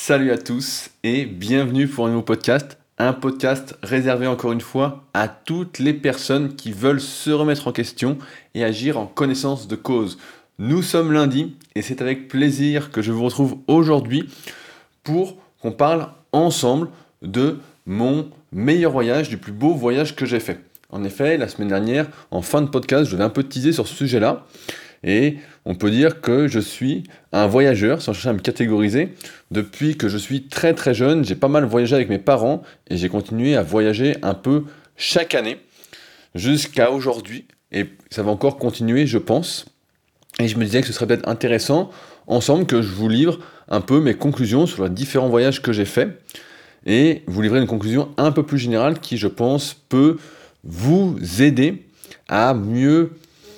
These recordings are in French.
Salut à tous et bienvenue pour un nouveau podcast. Un podcast réservé encore une fois à toutes les personnes qui veulent se remettre en question et agir en connaissance de cause. Nous sommes lundi et c'est avec plaisir que je vous retrouve aujourd'hui pour qu'on parle ensemble de mon meilleur voyage, du plus beau voyage que j'ai fait. En effet, la semaine dernière, en fin de podcast, je devais un peu teaser sur ce sujet-là. Et on peut dire que je suis un voyageur, sans chercher à me catégoriser. Depuis que je suis très très jeune, j'ai pas mal voyagé avec mes parents et j'ai continué à voyager un peu chaque année jusqu'à aujourd'hui. Et ça va encore continuer, je pense. Et je me disais que ce serait peut-être intéressant, ensemble, que je vous livre un peu mes conclusions sur les différents voyages que j'ai faits et vous livrer une conclusion un peu plus générale qui, je pense, peut vous aider à mieux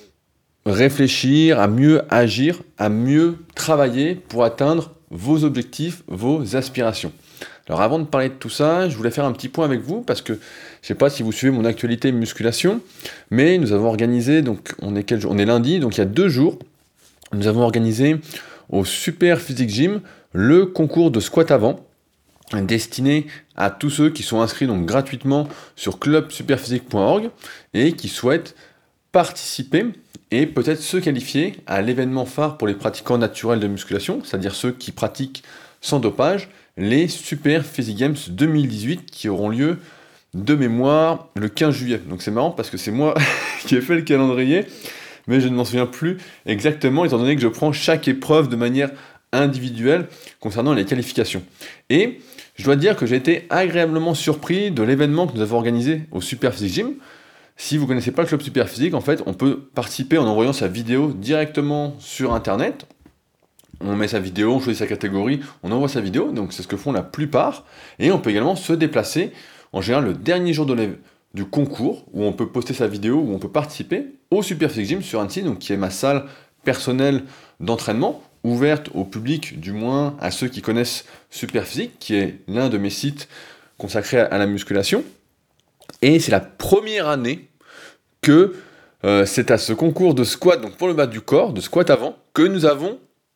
réfléchir, à mieux agir, à mieux travailler pour atteindre vos objectifs, vos aspirations. Alors avant de parler de tout ça, je voulais faire un petit point avec vous parce que je ne sais pas si vous suivez mon actualité musculation, mais nous avons organisé, donc on est lundi, donc il y a 2 jours, nous avons organisé au Super Physique Gym le concours de squat avant, destiné à tous ceux qui sont inscrits donc gratuitement sur clubsuperphysique.org et qui souhaitent participer et peut-être se qualifier à l'événement phare pour les pratiquants naturels de musculation, c'est-à-dire ceux qui pratiquent sans dopage, les Super Physique Games 2018 qui auront lieu de mémoire le 15 juillet. Donc c'est marrant parce que c'est moi qui ai fait le calendrier, mais je ne m'en souviens plus exactement étant donné que je prends chaque épreuve de manière individuelle concernant les qualifications. Et je dois dire que j'ai été agréablement surpris de l'événement que nous avons organisé au Super Physique Gym. Si vous ne connaissez pas le club Super Physique, en fait, on peut participer en envoyant sa vidéo directement sur Internet. On met sa vidéo, on choisit sa catégorie, on envoie sa vidéo, donc c'est ce que font la plupart. Et on peut également se déplacer, en général le dernier jour du concours, où on peut poster sa vidéo, où on peut participer au Super Physique Gym sur Annecy, donc qui est ma salle personnelle d'entraînement, ouverte au public, du moins à ceux qui connaissent Super Physique, qui est l'un de mes sites consacrés à la musculation. Et c'est la première année que c'est à ce concours de squat, donc pour le bas du corps, de squat avant, que nous avons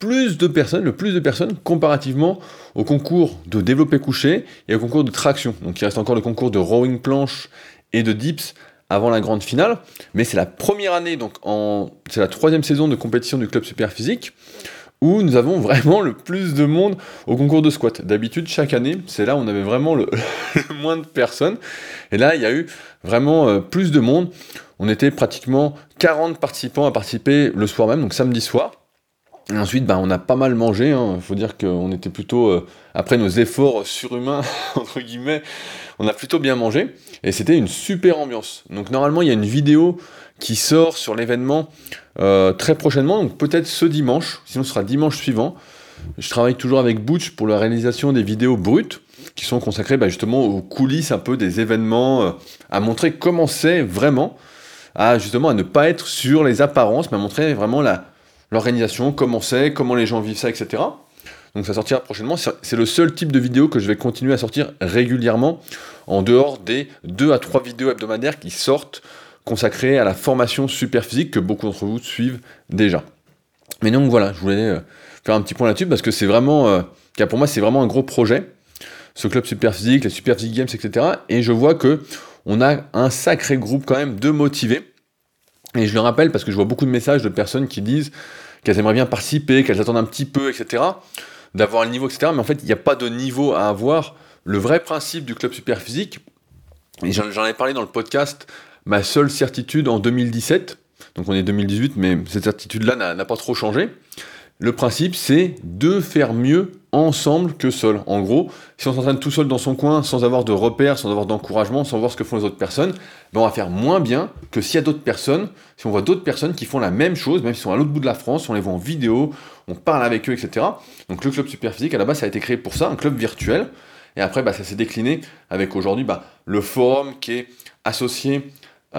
le plus de personnes comparativement au concours de développé couché et au concours de traction. Donc il reste encore le concours de rowing planche et de dips avant la grande finale, mais c'est la première année, donc c'est la 3e saison de compétition du club Super Physique, où nous avons vraiment le plus de monde au concours de squat. D'habitude, chaque année, c'est là où on avait vraiment le moins de personnes. Et là, il y a eu vraiment plus de monde. On était pratiquement 40 participants à participer le soir même, donc samedi soir. Et ensuite, on a pas mal mangé. Il faut dire qu'on était plutôt, après nos efforts surhumains, entre guillemets, on a plutôt bien mangé. Et c'était une super ambiance. Donc normalement, il y a une vidéo qui sort sur l'événement très prochainement, donc peut-être ce dimanche, sinon ce sera dimanche suivant. Je travaille toujours avec Butch pour la réalisation des vidéos brutes, qui sont consacrées justement aux coulisses un peu des événements, à montrer comment c'est vraiment, à ne pas être sur les apparences, mais à montrer vraiment l'organisation, comment c'est, comment les gens vivent ça, etc. Donc ça sortira prochainement. C'est le seul type de vidéo que je vais continuer à sortir régulièrement, en dehors des 2 à 3 vidéos hebdomadaires qui sortent, consacrées à la formation super physique que beaucoup d'entre vous suivent déjà. Mais donc voilà, je voulais faire un petit point là-dessus, parce que c'est vraiment, car pour moi c'est vraiment un gros projet, ce club super physique, les Super Physique Games, etc. Et je vois que on a un sacré groupe quand même de motivés. Et je le rappelle parce que je vois beaucoup de messages de personnes qui disent qu'elles aimeraient bien participer, qu'elles attendent un petit peu, etc., d'avoir le niveau, etc. Mais en fait, il n'y a pas de niveau à avoir. Le vrai principe du club super physique, et j'en ai parlé dans le podcast, ma seule certitude en 2017, donc on est 2018, mais cette certitude-là n'a pas trop changé. Le principe, c'est de faire mieux ensemble que seul. En gros, si on s'entraîne tout seul dans son coin, sans avoir de repères, sans avoir d'encouragement, sans voir ce que font les autres personnes, on va faire moins bien que s'il y a d'autres personnes, si on voit d'autres personnes qui font la même chose, même s'ils sont à l'autre bout de la France, on les voit en vidéo, on parle avec eux, etc. Donc le club super physique, à la base, ça a été créé pour ça, un club virtuel, et après, ça s'est décliné avec aujourd'hui le forum qui est associé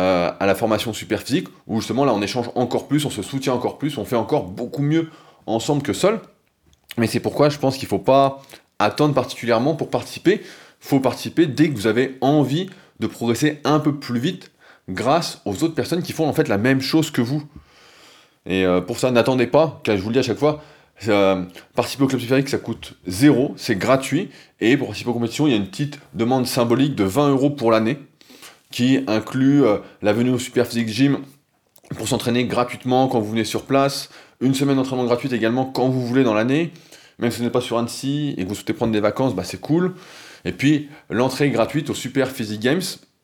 à la formation super physique, où justement là on échange encore plus, on se soutient encore plus, on fait encore beaucoup mieux ensemble que seul. Mais c'est pourquoi je pense qu'il ne faut pas attendre particulièrement pour participer. Il faut participer dès que vous avez envie de progresser un peu plus vite grâce aux autres personnes qui font en fait la même chose que vous. Et pour ça, n'attendez pas, car je vous le dis à chaque fois, Participer au club Superphysique, ça coûte 0, c'est gratuit. Et pour participer aux compétitions, il y a une petite demande symbolique de 20 € pour l'année, qui inclut la venue au Superphysique Gym pour s'entraîner gratuitement quand vous venez sur place, une semaine d'entraînement gratuite également quand vous voulez dans l'année, même si vous n'êtes pas sur Annecy et que vous souhaitez prendre des vacances, c'est cool. Et puis l'entrée gratuite au Super Physique Games,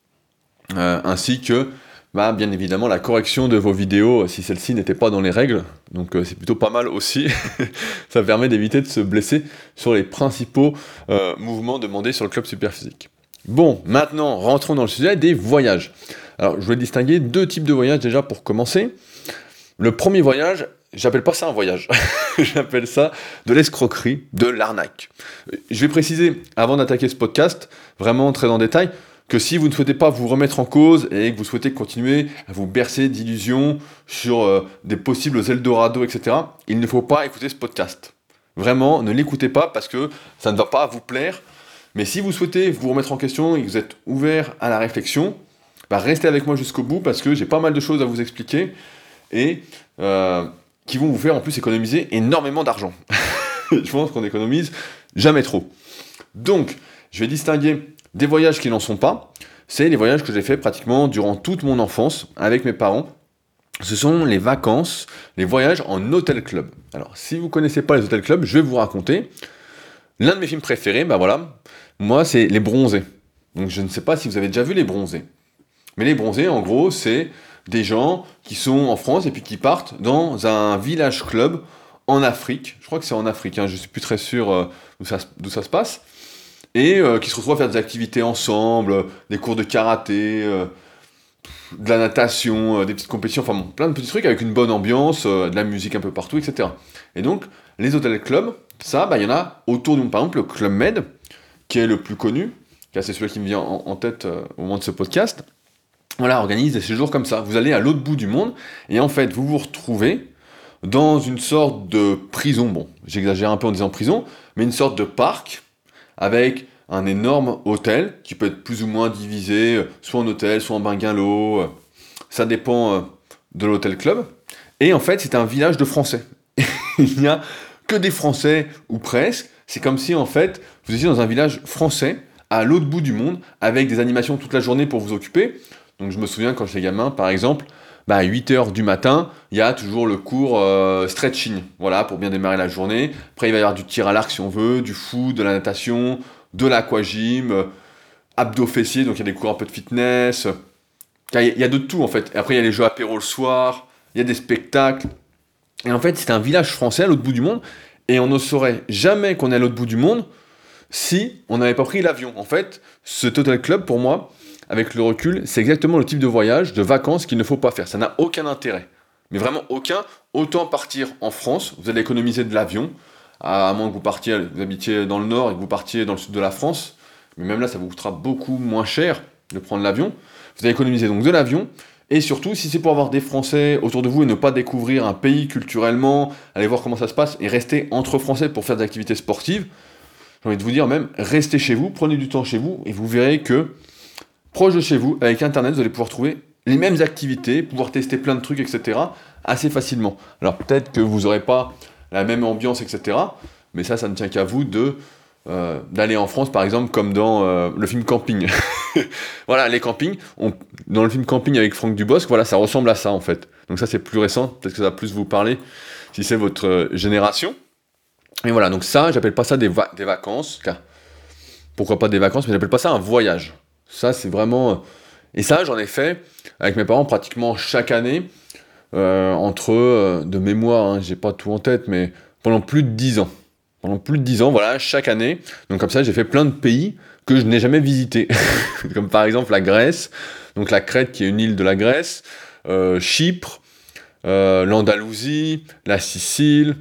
ainsi que bien évidemment la correction de vos vidéos si celles-ci n'étaient pas dans les règles, donc c'est plutôt pas mal aussi. Ça permet d'éviter de se blesser sur les principaux mouvements demandés sur le club Superphysique. Bon, maintenant rentrons dans le sujet des voyages. Alors je vais distinguer 2 types de voyages déjà pour commencer. Le premier voyage, j'appelle pas ça un voyage, j'appelle ça de l'escroquerie, de l'arnaque. Je vais préciser, avant d'attaquer ce podcast, vraiment très en détail, que si vous ne souhaitez pas vous remettre en cause et que vous souhaitez continuer à vous bercer d'illusions sur des possibles Eldorado, etc., il ne faut pas écouter ce podcast. Vraiment, ne l'écoutez pas parce que ça ne va pas vous plaire. Mais si vous souhaitez vous remettre en question et que vous êtes ouvert à la réflexion, restez avec moi jusqu'au bout parce que j'ai pas mal de choses à vous expliquer et qui vont vous faire en plus économiser énormément d'argent. Je pense qu'on économise jamais trop. Donc, je vais distinguer des voyages qui n'en sont pas. C'est les voyages que j'ai fait pratiquement durant toute mon enfance avec mes parents. Ce sont les vacances, les voyages en hôtel club. Alors, si vous ne connaissez pas les hôtels club, je vais vous raconter. L'un de mes films préférés, moi, c'est Les Bronzés. Donc, je ne sais pas si vous avez déjà vu Les Bronzés. Mais Les Bronzés, en gros, c'est des gens qui sont en France et puis qui partent dans un village club en Afrique. Je crois que c'est en Afrique, je ne suis plus très sûr d'où ça se passe. Et qui se retrouvent à faire des activités ensemble, des cours de karaté, de la natation, des petites compétitions, plein de petits trucs avec une bonne ambiance, de la musique un peu partout, etc. Et donc, les hôtels clubs, ça, il y en a autour de nous. Par exemple, le Club Med, qui est le plus connu, c'est celui qui me vient en tête au moment de ce podcast, organise des séjours comme ça. Vous allez à l'autre bout du monde, et en fait, vous vous retrouvez dans une sorte de prison, j'exagère un peu en disant prison, mais une sorte de parc, avec un énorme hôtel, qui peut être plus ou moins divisé, soit en hôtel, soit en bungalow, ça dépend de l'hôtel club, et en fait, c'est un village de Français. Il n'y a que des Français, ou presque, c'est comme si, en fait, vous étiez dans un village français, à l'autre bout du monde, avec des animations toute la journée pour vous occuper. Donc je me souviens quand j'étais gamin, par exemple, à 8h du matin, il y a toujours le cours stretching, pour bien démarrer la journée. Après, il va y avoir du tir à l'arc si on veut, du foot, de la natation, de l'aquagym, abdos fessiers, donc il y a des cours un peu de fitness. Il y a de tout en fait. Et après, il y a les jeux apéro le soir, il y a des spectacles. Et en fait, c'est un village français à l'autre bout du monde, et on ne saurait jamais qu'on est à l'autre bout du monde si on n'avait pas pris l'avion. En fait, ce Total Club, pour moi, avec le recul, c'est exactement le type de voyage, de vacances qu'il ne faut pas faire. Ça n'a aucun intérêt. Mais vraiment aucun. Autant partir en France, vous allez économiser de l'avion, à moins que vous habitiez dans le nord et que vous partiez dans le sud de la France. Mais même là, ça vous coûtera beaucoup moins cher de prendre l'avion. Vous allez économiser donc de l'avion. Et surtout, si c'est pour avoir des Français autour de vous et ne pas découvrir un pays culturellement, aller voir comment ça se passe et rester entre Français pour faire des activités sportives, j'ai envie de vous dire même, restez chez vous, prenez du temps chez vous et vous verrez que proche de chez vous, avec Internet, vous allez pouvoir trouver les mêmes activités, pouvoir tester plein de trucs, etc. assez facilement. Alors peut-être que vous n'aurez pas la même ambiance, etc. Mais ça ne tient qu'à vous d'aller en France, par exemple, comme dans le film Camping. Les campings, dans le film Camping avec Franck Dubosc, ça ressemble à ça, en fait. Donc ça, c'est plus récent, peut-être que ça va plus vous parler, si c'est votre génération. Et donc ça, j'appelle pas ça des vacances, car pourquoi pas des vacances, mais j'appelle pas ça un voyage. Ça, c'est vraiment... Et ça, j'en ai fait avec mes parents pratiquement chaque année, de mémoire, j'ai pas tout en tête, mais pendant plus de 10 ans. Pendant plus de 10 ans, chaque année. Donc comme ça, j'ai fait plein de pays que je n'ai jamais visités. Comme par exemple la Grèce, donc la Crète qui est une île de la Grèce, Chypre, l'Andalousie, la Sicile,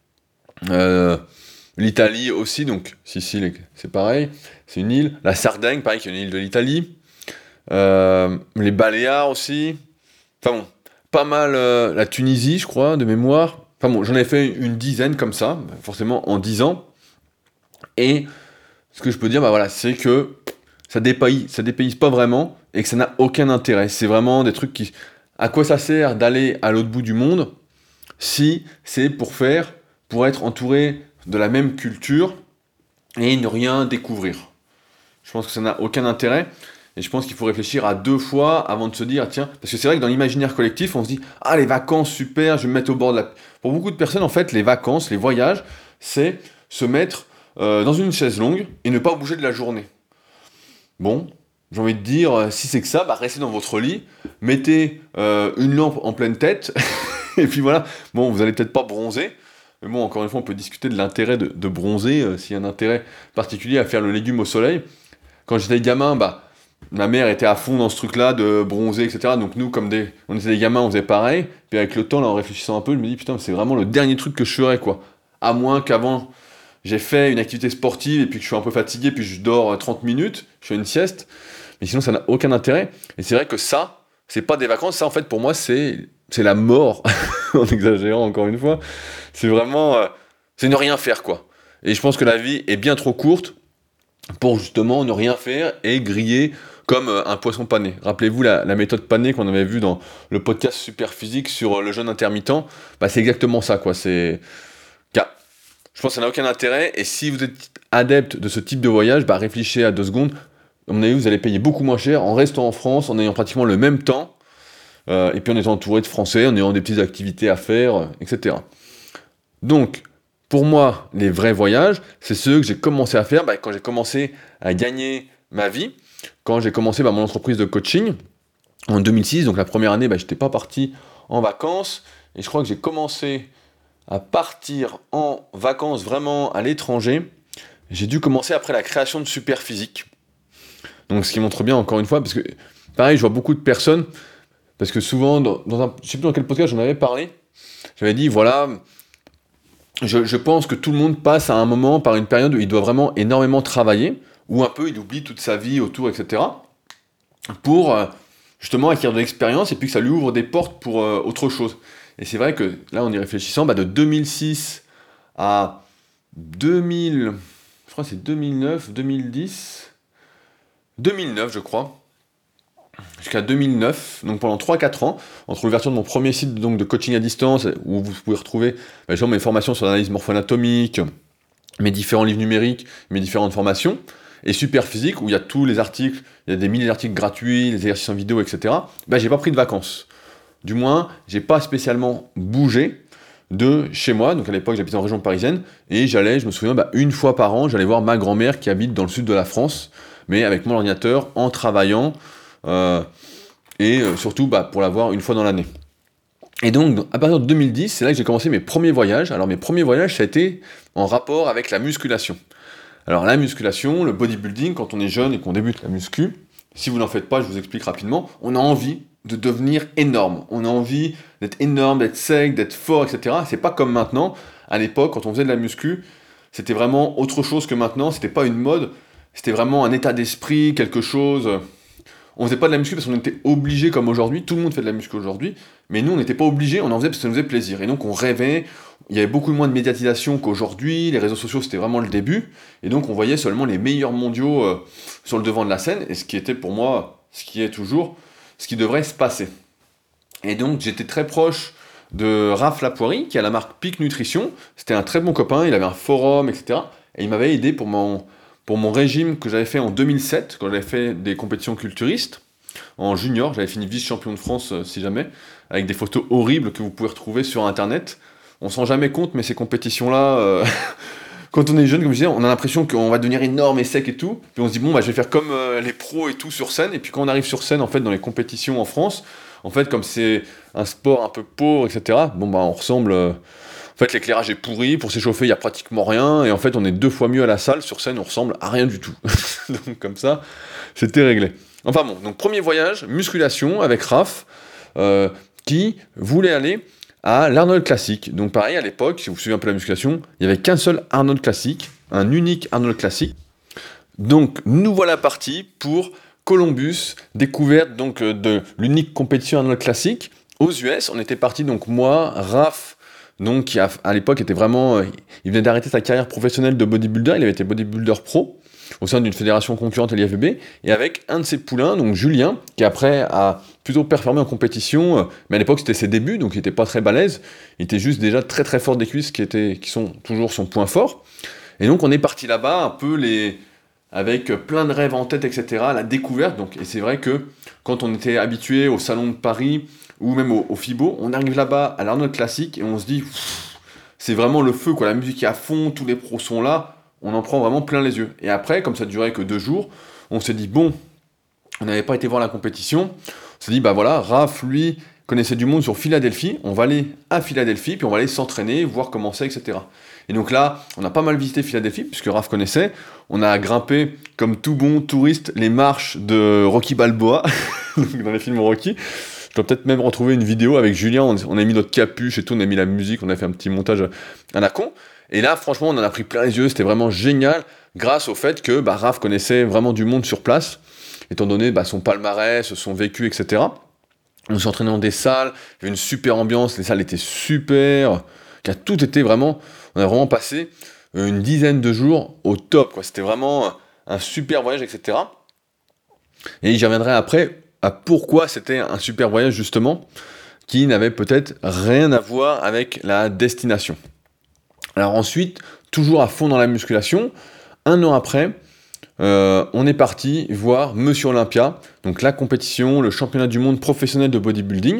l'Italie aussi, donc Sicile, c'est pareil, c'est une île. La Sardaigne, pareil, qui est une île de l'Italie. Les Baléares aussi. Pas mal la Tunisie, je crois, de mémoire. J'en ai fait une dizaine comme ça, forcément en 10 ans. Et ce que je peux dire, c'est que ça dépayse pas vraiment et que ça n'a aucun intérêt. C'est vraiment des trucs qui... À quoi ça sert d'aller à l'autre bout du monde si c'est pour faire pour être entouré de la même culture et ne rien découvrir. Je pense que ça n'a aucun intérêt. Et je pense qu'il faut réfléchir à 2 fois avant de se dire, tiens, parce que c'est vrai que dans l'imaginaire collectif, on se dit, ah, les vacances, super, je vais me mettre au bord de la... Pour beaucoup de personnes, en fait, les vacances, les voyages, c'est se mettre dans une chaise longue et ne pas bouger de la journée. Bon, j'ai envie de dire, si c'est que ça, restez dans votre lit, mettez une lampe en pleine tête, et puis voilà. Bon, vous allez peut-être pas bronzer, mais bon, encore une fois, on peut discuter de l'intérêt de bronzer, s'il y a un intérêt particulier à faire le légume au soleil. Quand j'étais gamin, ma mère était à fond dans ce truc-là de bronzer, etc. Donc nous, on était des gamins, on faisait pareil. Puis avec le temps, là, en réfléchissant un peu, je me dis, putain, c'est vraiment le dernier truc que je ferais, quoi. À moins qu'avant, j'ai fait une activité sportive et puis que je suis un peu fatigué, puis je dors 30 minutes, je fais une sieste. Mais sinon, ça n'a aucun intérêt. Et c'est vrai que ça, c'est pas des vacances. Ça, en fait, pour moi, c'est la mort, en exagérant encore une fois. C'est vraiment... c'est ne rien faire, quoi. Et je pense que la vie est bien trop courte pour justement ne rien faire et griller comme un poisson pané. Rappelez-vous la méthode pané qu'on avait vue dans le podcast Super Physique sur le jeûne intermittent. C'est exactement ça, quoi. Je pense que ça n'a aucun intérêt. Et si vous êtes adepte de ce type de voyage, réfléchissez à 2 secondes. À mon avis, vous allez payer beaucoup moins cher en restant en France, en ayant pratiquement le même temps, et puis en étant entouré de Français, en ayant des petites activités à faire, etc. Donc, pour moi, les vrais voyages, c'est ceux que j'ai commencé à faire quand j'ai commencé à gagner ma vie, quand j'ai commencé mon entreprise de coaching en 2006. Donc la première année, j'étais pas parti en vacances, et je crois que j'ai commencé à partir en vacances vraiment à l'étranger. J'ai dû commencer après la création de Super Physique. Donc ce qui montre bien, encore une fois, parce que pareil, je vois beaucoup de personnes, parce que souvent, je sais plus dans quel podcast j'en avais parlé, j'avais dit, voilà... Je pense que tout le monde passe à un moment par une période où il doit vraiment énormément travailler, où un peu il oublie toute sa vie autour, etc., pour justement acquérir de l'expérience et puis que ça lui ouvre des portes pour autre chose. Et c'est vrai que là, en y réfléchissant, de 2006 à 2000, je crois que c'est 2009, 2010, 2009 je crois, jusqu'à 2009, donc pendant 3-4 ans, entre l'ouverture de mon premier site de coaching à distance, où vous pouvez retrouver mes formations sur l'analyse morpho-anatomique, mes différents livres numériques, mes différentes formations, et Super Physique, où il y a tous les articles, il y a des milliers d'articles gratuits, des exercices en vidéo, etc. J'ai pas pris de vacances. Du moins, j'ai pas spécialement bougé de chez moi, donc à l'époque j'habitais en région parisienne, et j'allais, je me souviens, une fois par an, j'allais voir ma grand-mère qui habite dans le sud de la France, mais avec mon ordinateur, en travaillant, et surtout pour la voir une fois dans l'année. Et donc, à partir de 2010, c'est là que j'ai commencé mes premiers voyages. Alors, mes premiers voyages, ça a été en rapport avec la musculation. Alors, la musculation, le bodybuilding, quand on est jeune et qu'on débute la muscu, si vous n'en faites pas, je vous explique rapidement, on a envie de devenir énorme. On a envie d'être énorme, d'être sec, d'être fort, etc. C'est pas comme maintenant. À l'époque, quand on faisait de la muscu, c'était vraiment autre chose que maintenant. C'était pas une mode, c'était vraiment un état d'esprit, quelque chose... On faisait pas de la muscu parce qu'on était obligé comme aujourd'hui, tout le monde fait de la muscu aujourd'hui, mais nous on n'était pas obligés, on en faisait parce que ça nous faisait plaisir. Et donc on rêvait, il y avait beaucoup moins de médiatisation qu'aujourd'hui, les réseaux sociaux c'était vraiment le début, et donc on voyait seulement les meilleurs mondiaux sur le devant de la scène, et ce qui était pour moi, ce qui est toujours, ce qui devrait se passer. Et donc j'étais très proche de Raph Lapoirie, qui a la marque Peak Nutrition, c'était un très bon copain, il avait un forum, etc. Et il m'avait aidé pour mon régime que j'avais fait en 2007, quand j'avais fait des compétitions culturistes, en junior, j'avais fini vice-champion de France, si jamais, avec des photos horribles que vous pouvez retrouver sur Internet. On se rend jamais compte, mais ces compétitions-là, quand on est jeune, comme je disais, on a l'impression qu'on va devenir énorme et sec et tout, puis on se dit, je vais faire comme les pros et tout sur scène, et puis quand on arrive sur scène, en fait, dans les compétitions en France, en fait, comme c'est un sport un peu pauvre, etc., on ressemble... En fait, l'éclairage est pourri, pour s'échauffer, il n'y a pratiquement rien, et en fait, on est 2 fois mieux à la salle, sur scène, on ressemble à rien du tout. Donc, comme ça, c'était réglé. Enfin bon, donc premier voyage, musculation, avec Raph, qui voulait aller à l'Arnold Classic. Donc pareil, à l'époque, si vous suivez un peu la musculation, il n'y avait qu'un seul Arnold Classic, un unique Arnold Classic. Donc, nous voilà partis pour Columbus, découverte donc de l'unique compétition Arnold Classic. Aux US, on était partis, donc moi, Raph, donc qui à l'époque était vraiment... il venait d'arrêter sa carrière professionnelle de bodybuilder, il avait été bodybuilder pro. au sein d'une fédération concurrente à l'IFBB, et avec un de ses poulains, donc Julien, qui après a plutôt performé en compétition, mais à l'époque c'était ses débuts, donc il était pas très balèze, il était juste déjà très très fort des cuisses, qui sont toujours son point fort. Et donc on est parti là-bas, un peu avec plein de rêves en tête, etc., la découverte. Donc, et c'est vrai que quand on était habitué au Salon de Paris, ou même au FIBO, on arrive là-bas à l'Arnold Classique, et on se dit, c'est vraiment le feu, quoi. La musique est à fond, tous les pros sont là, on en prend vraiment plein les yeux. Et après, comme ça durait que 2 jours, on s'est dit, bon, on n'avait pas été voir la compétition, on s'est dit, bah voilà, Raph, lui, connaissait du monde sur Philadelphie, on va aller à Philadelphie, puis on va aller s'entraîner, voir comment c'est, etc. Et donc là, on a pas mal visité Philadelphie, puisque Raph connaissait, on a grimpé, comme tout bon touriste, les marches de Rocky Balboa, dans les films Rocky. Je dois peut-être même retrouver une vidéo avec Julien, on a mis notre capuche et tout, on a mis la musique, on a fait un petit montage à la con. Et là, franchement, on en a pris plein les yeux, c'était vraiment génial, grâce au fait que Raph connaissait vraiment du monde sur place, étant donné son palmarès, son vécu, etc. On s'entraînait dans des salles, il y avait une super ambiance, les salles étaient super, car tout était vraiment, on a vraiment passé une dizaine de jours au top, quoi. C'était vraiment un super voyage, etc. Et j'y reviendrai après à pourquoi c'était un super voyage, justement, qui n'avait peut-être rien à voir avec la destination. Alors ensuite, toujours à fond dans la musculation, 1 an après, on est parti voir Monsieur Olympia, donc la compétition, le championnat du monde professionnel de bodybuilding.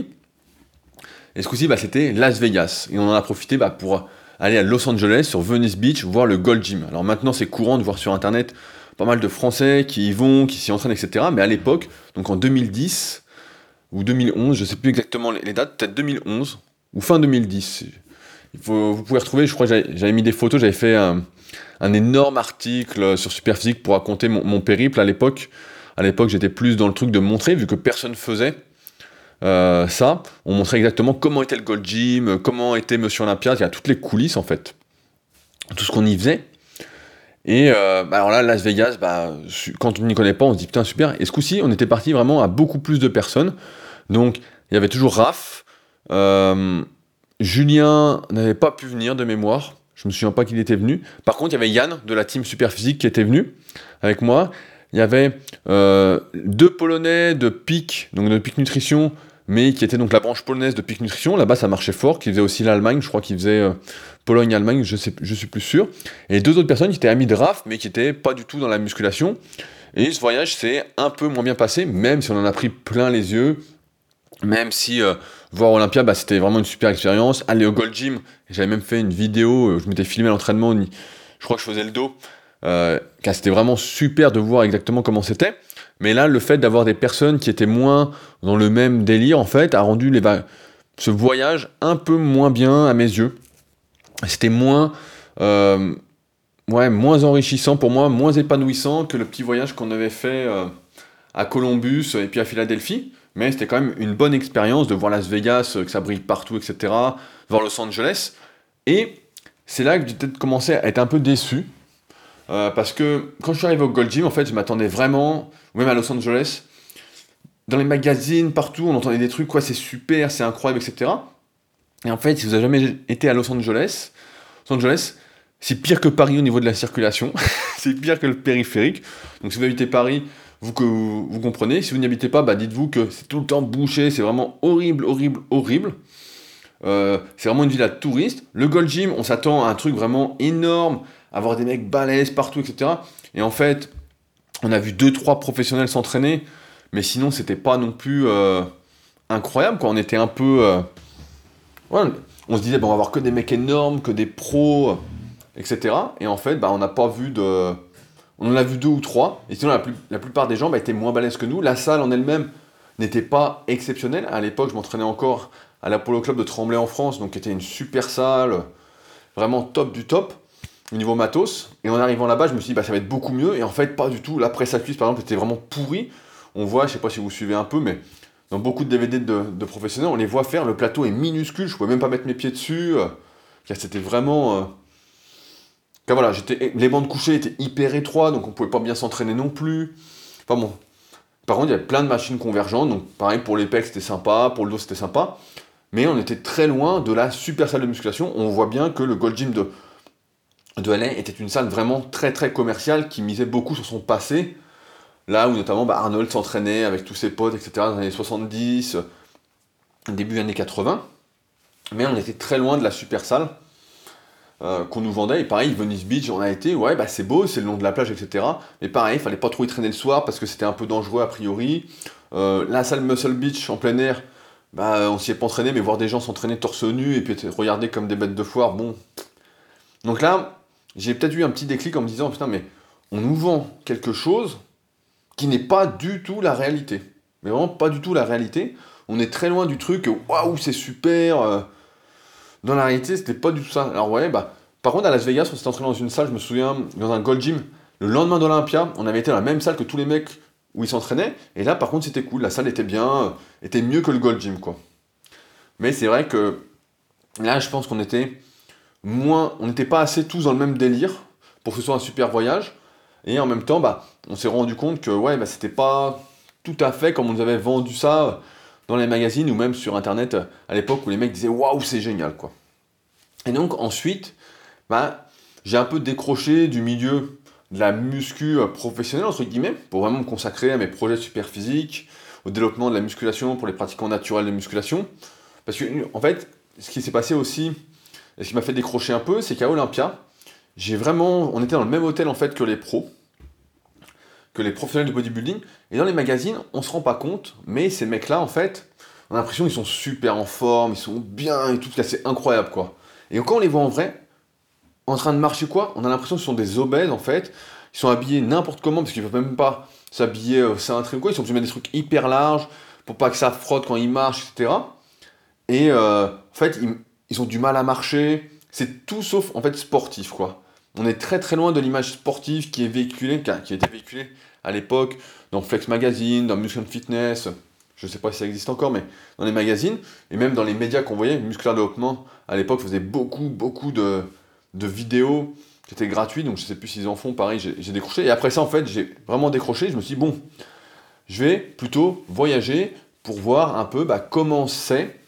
Et ce coup-ci, c'était Las Vegas. Et on en a profité pour aller à Los Angeles, sur Venice Beach, voir le Gold Gym. Alors maintenant, c'est courant de voir sur Internet pas mal de Français qui y vont, qui s'y entraînent, etc. Mais à l'époque, donc en 2010 ou 2011, je ne sais plus exactement les dates, peut-être 2011 ou fin 2010. Vous pouvez retrouver, je crois que j'avais mis des photos, j'avais fait un énorme article sur Superphysique pour raconter mon périple à l'époque. À l'époque, j'étais plus dans le truc de montrer, vu que personne faisait ça. On montrait exactement comment était le Gold Gym, comment était Monsieur Olympia, il y a toutes les coulisses en fait, tout ce qu'on y faisait. Et alors là, Las Vegas, quand on n'y connaît pas, on se dit putain super. Et ce coup-ci, on était parti vraiment à beaucoup plus de personnes. Donc il y avait toujours Raph, Julien n'avait pas pu venir de mémoire. Je me souviens pas qu'il était venu. Par contre, il y avait Yann de la team Superphysique qui était venu avec moi. Il y avait 2 Polonais de PIC, donc de PIC Nutrition, mais qui était donc la branche polonaise de PIC Nutrition. Là-bas, ça marchait fort, qui faisait aussi l'Allemagne. Je crois qu'ils faisaient Pologne-Allemagne, je suis plus sûr. Et 2 autres personnes qui étaient amies de Raph, mais qui n'étaient pas du tout dans la musculation. Et ce voyage s'est un peu moins bien passé, même si on en a pris plein les yeux. Même si voir Olympia, c'était vraiment une super expérience. Aller au Gold Gym, j'avais même fait une vidéo, je m'étais filmé à l'entraînement, je crois que je faisais le dos, car c'était vraiment super de voir exactement comment c'était. Mais là, le fait d'avoir des personnes qui étaient moins dans le même délire, en fait, a rendu ce voyage un peu moins bien à mes yeux. C'était moins enrichissant pour moi, moins épanouissant que le petit voyage qu'on avait fait à Columbus et puis à Philadelphie. Mais c'était quand même une bonne expérience de voir Las Vegas, que ça brille partout, etc., voir Los Angeles. Et c'est là que j'ai peut-être commencé à être un peu déçu, parce que quand je suis arrivé au Gold Gym, en fait, je m'attendais vraiment, ou même à Los Angeles, dans les magazines, partout, on entendait des trucs, quoi, c'est super, c'est incroyable, etc. Et en fait, si vous n'avez jamais été à Los Angeles, c'est pire que Paris au niveau de la circulation, c'est pire que le périphérique. Donc si vous habitez Paris, vous comprenez. Si vous n'y habitez pas, dites-vous que c'est tout le temps bouché, c'est vraiment horrible, horrible, horrible. C'est vraiment une ville à touristes. Le Gold Gym, on s'attend à un truc vraiment énorme, avoir des mecs balèzes partout, etc. Et en fait, on a vu 2-3 professionnels s'entraîner, mais sinon, c'était pas non plus incroyable, quoi. On était un peu... on se disait, on va avoir que des mecs énormes, que des pros, etc. Et en fait, on n'a pas vu de... On en a vu 2 ou 3, et sinon la plupart des gens étaient moins balèzes que nous. La salle en elle-même n'était pas exceptionnelle. À l'époque, je m'entraînais encore à l'Apollo Club de Tremblay en France, donc qui était une super salle, vraiment top du top, au niveau matos. Et en arrivant là-bas, je me suis dit, ça va être beaucoup mieux, et en fait, pas du tout. La presse à cuisse, par exemple, était vraiment pourrie. On voit, je sais pas si vous suivez un peu, mais dans beaucoup de DVD de professionnels, on les voit faire, le plateau est minuscule, je pouvais même pas mettre mes pieds dessus, car c'était vraiment... Voilà, les bancs de coucher étaient hyper étroits, donc on pouvait pas bien s'entraîner non plus. Enfin bon. Par contre, il y avait plein de machines convergentes, donc pareil pour les pecs c'était sympa, pour le dos c'était sympa. Mais on était très loin de la super salle de musculation. On voit bien que le Gold Gym de LA était une salle vraiment très très commerciale qui misait beaucoup sur son passé, là où notamment Arnold s'entraînait avec tous ses potes, etc. dans les années 70, début des années 80. Mais on était très loin de la super salle qu'on nous vendait. Et pareil, Venice Beach, on a été, ouais, c'est beau, c'est le nom de la plage, etc. Mais pareil, il fallait pas trop y traîner le soir parce que c'était un peu dangereux a priori. La salle Muscle Beach en plein air, on s'y est pas entraîné, mais voir des gens s'entraîner torse nu et puis être regardés comme des bêtes de foire, bon. Donc là, j'ai peut-être eu un petit déclic en me disant, putain, mais on nous vend quelque chose qui n'est pas du tout la réalité. Mais vraiment pas du tout la réalité. On est très loin du truc, waouh, c'est super. Dans la réalité, c'était pas du tout ça. Alors, ouais, par contre, à Las Vegas, on s'était entraîné dans une salle, je me souviens, dans un Gold Gym. Le lendemain d'Olympia, on avait été dans la même salle que tous les mecs où ils s'entraînaient. Et là, par contre, c'était cool. La salle était bien, était mieux que le Gold Gym, quoi. Mais c'est vrai que là, je pense qu'on était on n'était pas assez tous dans le même délire pour que ce soit un super voyage. Et en même temps, on s'est rendu compte que ouais, c'était pas tout à fait comme on nous avait vendu ça dans les magazines ou même sur internet à l'époque où les mecs disaient waouh, c'est génial, quoi. Et donc ensuite, j'ai un peu décroché du milieu de la muscu professionnelle, entre guillemets, pour vraiment me consacrer à mes projets super physiques, au développement de la musculation pour les pratiquants naturels de musculation. Parce que, en fait, ce qui s'est passé aussi, et ce qui m'a fait décrocher un peu, c'est qu'à Olympia, on était dans le même hôtel en fait que les pros, que les professionnels de bodybuilding, et dans les magazines, on se rend pas compte, mais ces mecs-là, en fait, on a l'impression qu'ils sont super en forme, ils sont bien et tout, c'est incroyable, quoi. Et quand on les voit en vrai, en train de marcher quoi, on a l'impression que ce sont des obèses, en fait, ils sont habillés n'importe comment, parce qu'ils peuvent même pas s'habiller cintrés ou quoi, ils sont obligés de mettre des trucs hyper larges, pour pas que ça frotte quand ils marchent, etc. Et en fait, ils ont du mal à marcher. C'est tout sauf en fait sportif, quoi. On est très très loin de l'image sportive qui est véhiculée, qui a été véhiculée à l'époque dans Flex Magazine, dans Muscle and Fitness. Je sais pas si ça existe encore, mais dans les magazines et même dans les médias qu'on voyait, Musculaire Développement à l'époque faisait beaucoup de vidéos qui étaient gratuites, donc je sais plus s'ils en font. Pareil, j'ai décroché. Et après ça, en fait, j'ai vraiment décroché. Je me suis dit bon, je vais plutôt voyager pour voir un peu comment c'est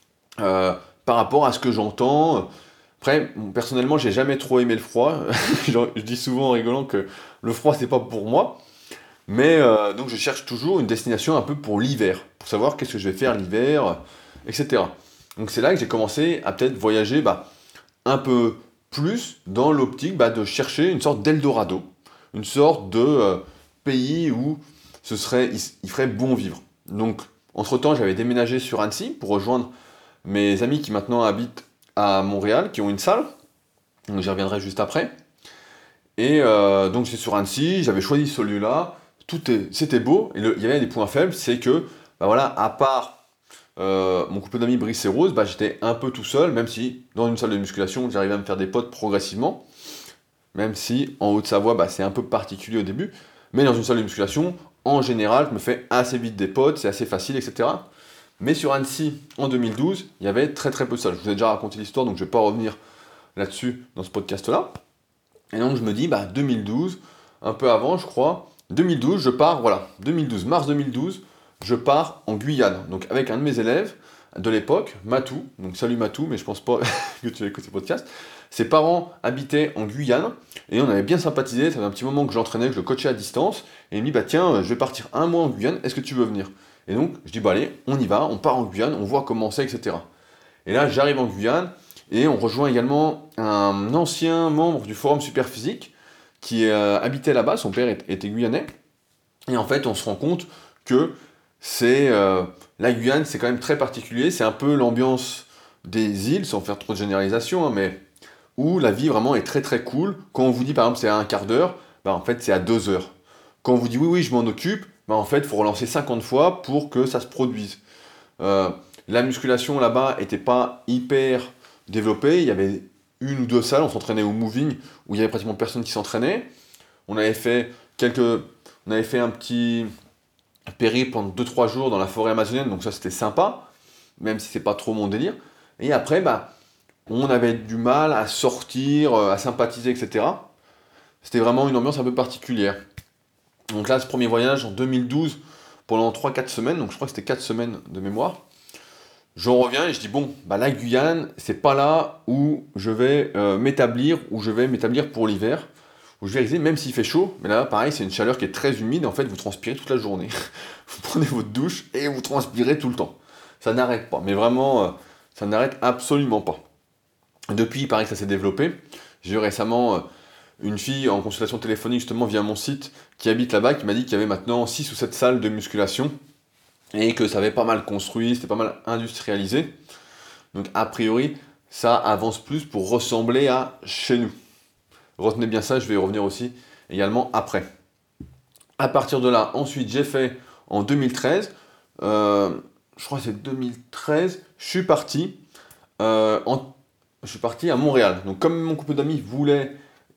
par rapport à ce que j'entends. Après, personnellement, j'ai jamais trop aimé le froid. Je dis souvent en rigolant que le froid, c'est pas pour moi. Mais donc, je cherche toujours une destination un peu pour l'hiver, pour savoir qu'est-ce que je vais faire l'hiver, etc. Donc, c'est là que j'ai commencé à peut-être voyager un peu plus dans l'optique de chercher une sorte d'Eldorado, une sorte de pays où il ferait bon vivre. Donc, entre-temps, j'avais déménagé sur Annecy pour rejoindre mes amis qui maintenant habitent à Montréal, qui ont une salle, donc j'y reviendrai juste après. Et donc j'étais sur Annecy, j'avais choisi celui-là, c'était beau, et il y avait des points faibles, c'est que, voilà, à part mon couple d'amis Brice et Rose, j'étais un peu tout seul, même si dans une salle de musculation, j'arrivais à me faire des potes progressivement, même si en Haute-Savoie, c'est un peu particulier au début, mais dans une salle de musculation, en général, je me fais assez vite des potes, c'est assez facile, etc. Mais sur Annecy, en 2012, il y avait très très peu de salles. Je vous ai déjà raconté l'histoire, donc je ne vais pas revenir là-dessus dans ce podcast-là. Et donc je me dis, 2012, un peu avant, je crois, 2012, je pars, voilà, 2012, mars 2012, je pars en Guyane. Donc avec un de mes élèves de l'époque, Matou, donc salut Matou, mais je pense pas que tu écoutes ce podcast. Ses parents habitaient en Guyane, et on avait bien sympathisé, ça fait un petit moment que j'entraînais, que je le coachais à distance, et il me dit, tiens, je vais partir un mois en Guyane, est-ce que tu veux venir? Et donc, je dis, allez, on y va, on part en Guyane, on voit comment c'est, etc. Et là, j'arrive en Guyane, et on rejoint également un ancien membre du Forum Superphysique qui habitait là-bas, son père était guyanais. Et en fait, on se rend compte que la Guyane, c'est quand même très particulier, c'est un peu l'ambiance des îles, sans faire trop de généralisation, hein, mais où la vie vraiment est très très cool. Quand on vous dit par exemple c'est à un quart d'heure, en fait c'est à 2 heures. Quand on vous dit oui, oui, je m'en occupe, en fait, il faut relancer 50 fois pour que ça se produise. La musculation là-bas était pas hyper développée. Il y avait une ou deux salles, on s'entraînait au moving, où il y avait pratiquement personne qui s'entraînait. On avait fait un petit périple pendant 2-3 jours dans la forêt amazonienne, donc ça c'était sympa, même si c'est pas trop mon délire. Et après, on avait du mal à sortir, à sympathiser, etc. C'était vraiment une ambiance un peu particulière. Donc là, ce premier voyage en 2012, pendant 3-4 semaines, donc je crois que c'était 4 semaines de mémoire, Je reviens et je dis bon, bah la Guyane, c'est pas là où je vais m'établir, où je vais m'établir pour l'hiver, où je vais rester, même s'il fait chaud, mais là pareil, c'est une chaleur qui est très humide, en fait vous transpirez toute la journée. Vous prenez votre douche et vous transpirez tout le temps. Ça n'arrête pas, mais vraiment, ça n'arrête absolument pas. Depuis, il paraît que ça s'est développé. J'ai eu récemment une fille en consultation téléphonique justement via mon site qui habite là-bas, qui m'a dit qu'il y avait maintenant 6 ou 7 salles de musculation et que ça avait pas mal construit, c'était pas mal industrialisé. Donc a priori, ça avance plus pour ressembler à chez nous. Retenez bien ça, je vais y revenir aussi également après. À partir de là, ensuite j'ai fait en 2013, je crois que c'est 2013, euh, en- je suis parti à Montréal. Donc comme mon couple d'amis voulait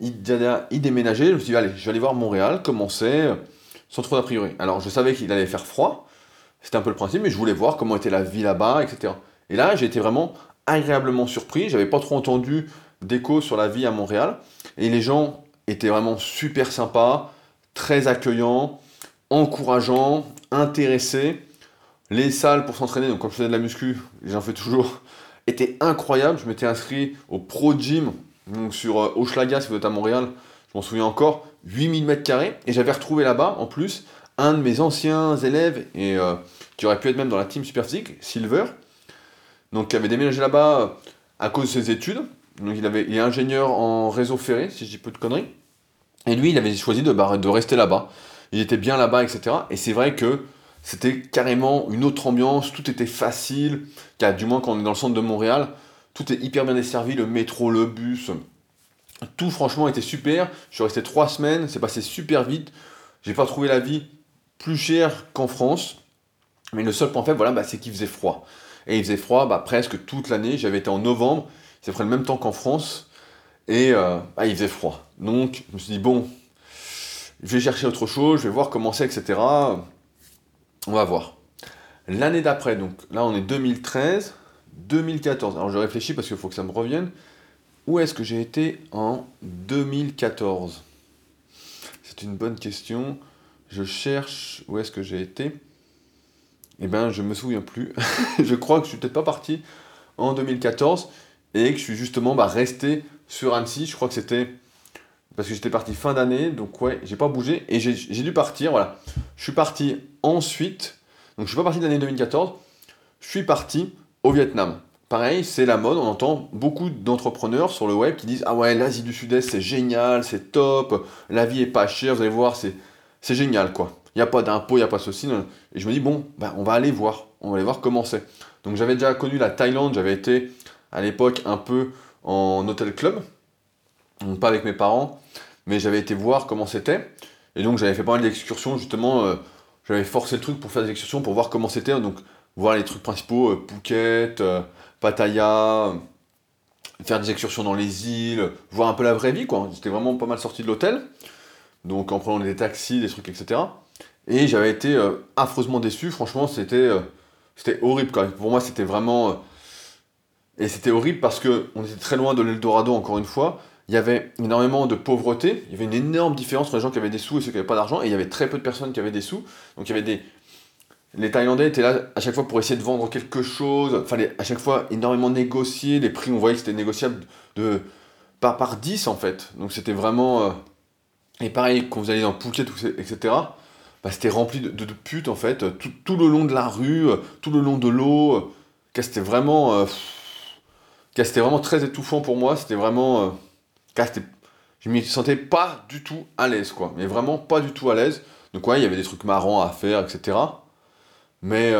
y déménager, je me suis dit allez, je vais aller voir Montréal, comment c'est, sans trop d'a priori. Alors je savais qu'il allait faire froid, c'était un peu le principe, mais je voulais voir comment était la vie là-bas, etc. Et là, j'ai été vraiment agréablement surpris. J'avais pas trop entendu d'écho sur la vie à Montréal. Et les gens étaient vraiment super sympas, très accueillants, encourageants, intéressés. Les salles pour s'entraîner, donc comme je faisais de la muscu, j'en fais toujours, étaient incroyables. Je m'étais inscrit au Pro Gym, donc sur Hochelaga, si vous êtes à Montréal, je m'en souviens encore, 8000 mètres carrés. Et j'avais retrouvé là-bas, en plus, un de mes anciens élèves, et qui aurait pu être même dans la team Superphysique, Silver, donc qui avait déménagé là-bas à cause de ses études. Donc il est ingénieur en réseau ferré, si je dis peu de conneries. Et lui, il avait choisi de rester là-bas. Il était bien là-bas, etc. Et c'est vrai que c'était carrément une autre ambiance, tout était facile, car du moins quand on est dans le centre de Montréal, tout est hyper bien desservi, le métro, le bus, tout franchement était super. Je suis resté 3 semaines, c'est passé super vite. J'ai pas trouvé la vie plus chère qu'en France, mais le seul point faible, voilà, bah, c'est qu'il faisait froid. Et il faisait froid bah, presque toute l'année. J'avais été en novembre, c'est près le même temps qu'en France, et bah, il faisait froid. Donc je me suis dit bon, je vais chercher autre chose, je vais voir comment c'est, etc. On va voir. L'année d'après, donc là on est 2013, 2014. Alors je réfléchis parce qu'il faut que ça me revienne. Où est-ce que j'ai été en 2014? C'est une bonne question. Je cherche où est-ce que j'ai été. Eh ben, je me souviens plus. Je crois que je suis peut-être pas parti en 2014 et que je suis justement bah, resté sur Annecy. Je crois que c'était parce que j'étais parti fin d'année, donc ouais, j'ai pas bougé et j'ai dû partir. Voilà, je suis parti ensuite. Donc je suis pas parti de l'année 2014. Je suis parti au Vietnam. Pareil, c'est la mode. On entend beaucoup d'entrepreneurs sur le web qui disent ah ouais, l'Asie du Sud-Est c'est génial, c'est top, la vie est pas chère, vous allez voir, c'est génial quoi. Il n'y a pas d'impôts, il n'y a pas ceci. Non. Et je me dis, bon, bah, on va aller voir. On va aller voir comment c'est. Donc j'avais déjà connu la Thaïlande, j'avais été à l'époque un peu en hôtel club. Donc pas avec mes parents, mais j'avais été voir comment c'était. Et donc j'avais fait pas mal d'excursions, justement. J'avais forcé le truc pour faire des excursions, pour voir comment c'était. Donc voir les trucs principaux, Phuket, Pattaya, faire des excursions dans les îles, voir un peu la vraie vie, quoi. J'étais vraiment pas mal sorti de l'hôtel. Donc en prenant des taxis, des trucs, etc. Et j'avais été affreusement déçu, franchement, c'était horrible quand même. Pour moi, c'était vraiment. Et c'était horrible parce que on était très loin de l'Eldorado, encore une fois. Il y avait énormément de pauvreté, il y avait une énorme différence entre les gens qui avaient des sous et ceux qui n'avaient pas d'argent, et il y avait très peu de personnes qui avaient des sous. Donc il y avait des. Les Thaïlandais étaient là à chaque fois pour essayer de vendre quelque chose, fallait à chaque fois énormément négocier, les prix on voyait que c'était négociable de par 10 en fait. Donc c'était vraiment. Et pareil, quand vous allez dans Phuket, etc., bah, c'était rempli de putes en fait, tout le long de la rue, tout le long de l'eau. C'était vraiment, c'était vraiment très étouffant pour moi. C'était vraiment, je m'y sentais pas du tout à l'aise quoi, mais vraiment pas du tout à l'aise. Donc ouais, il y avait des trucs marrants à faire, etc. Mais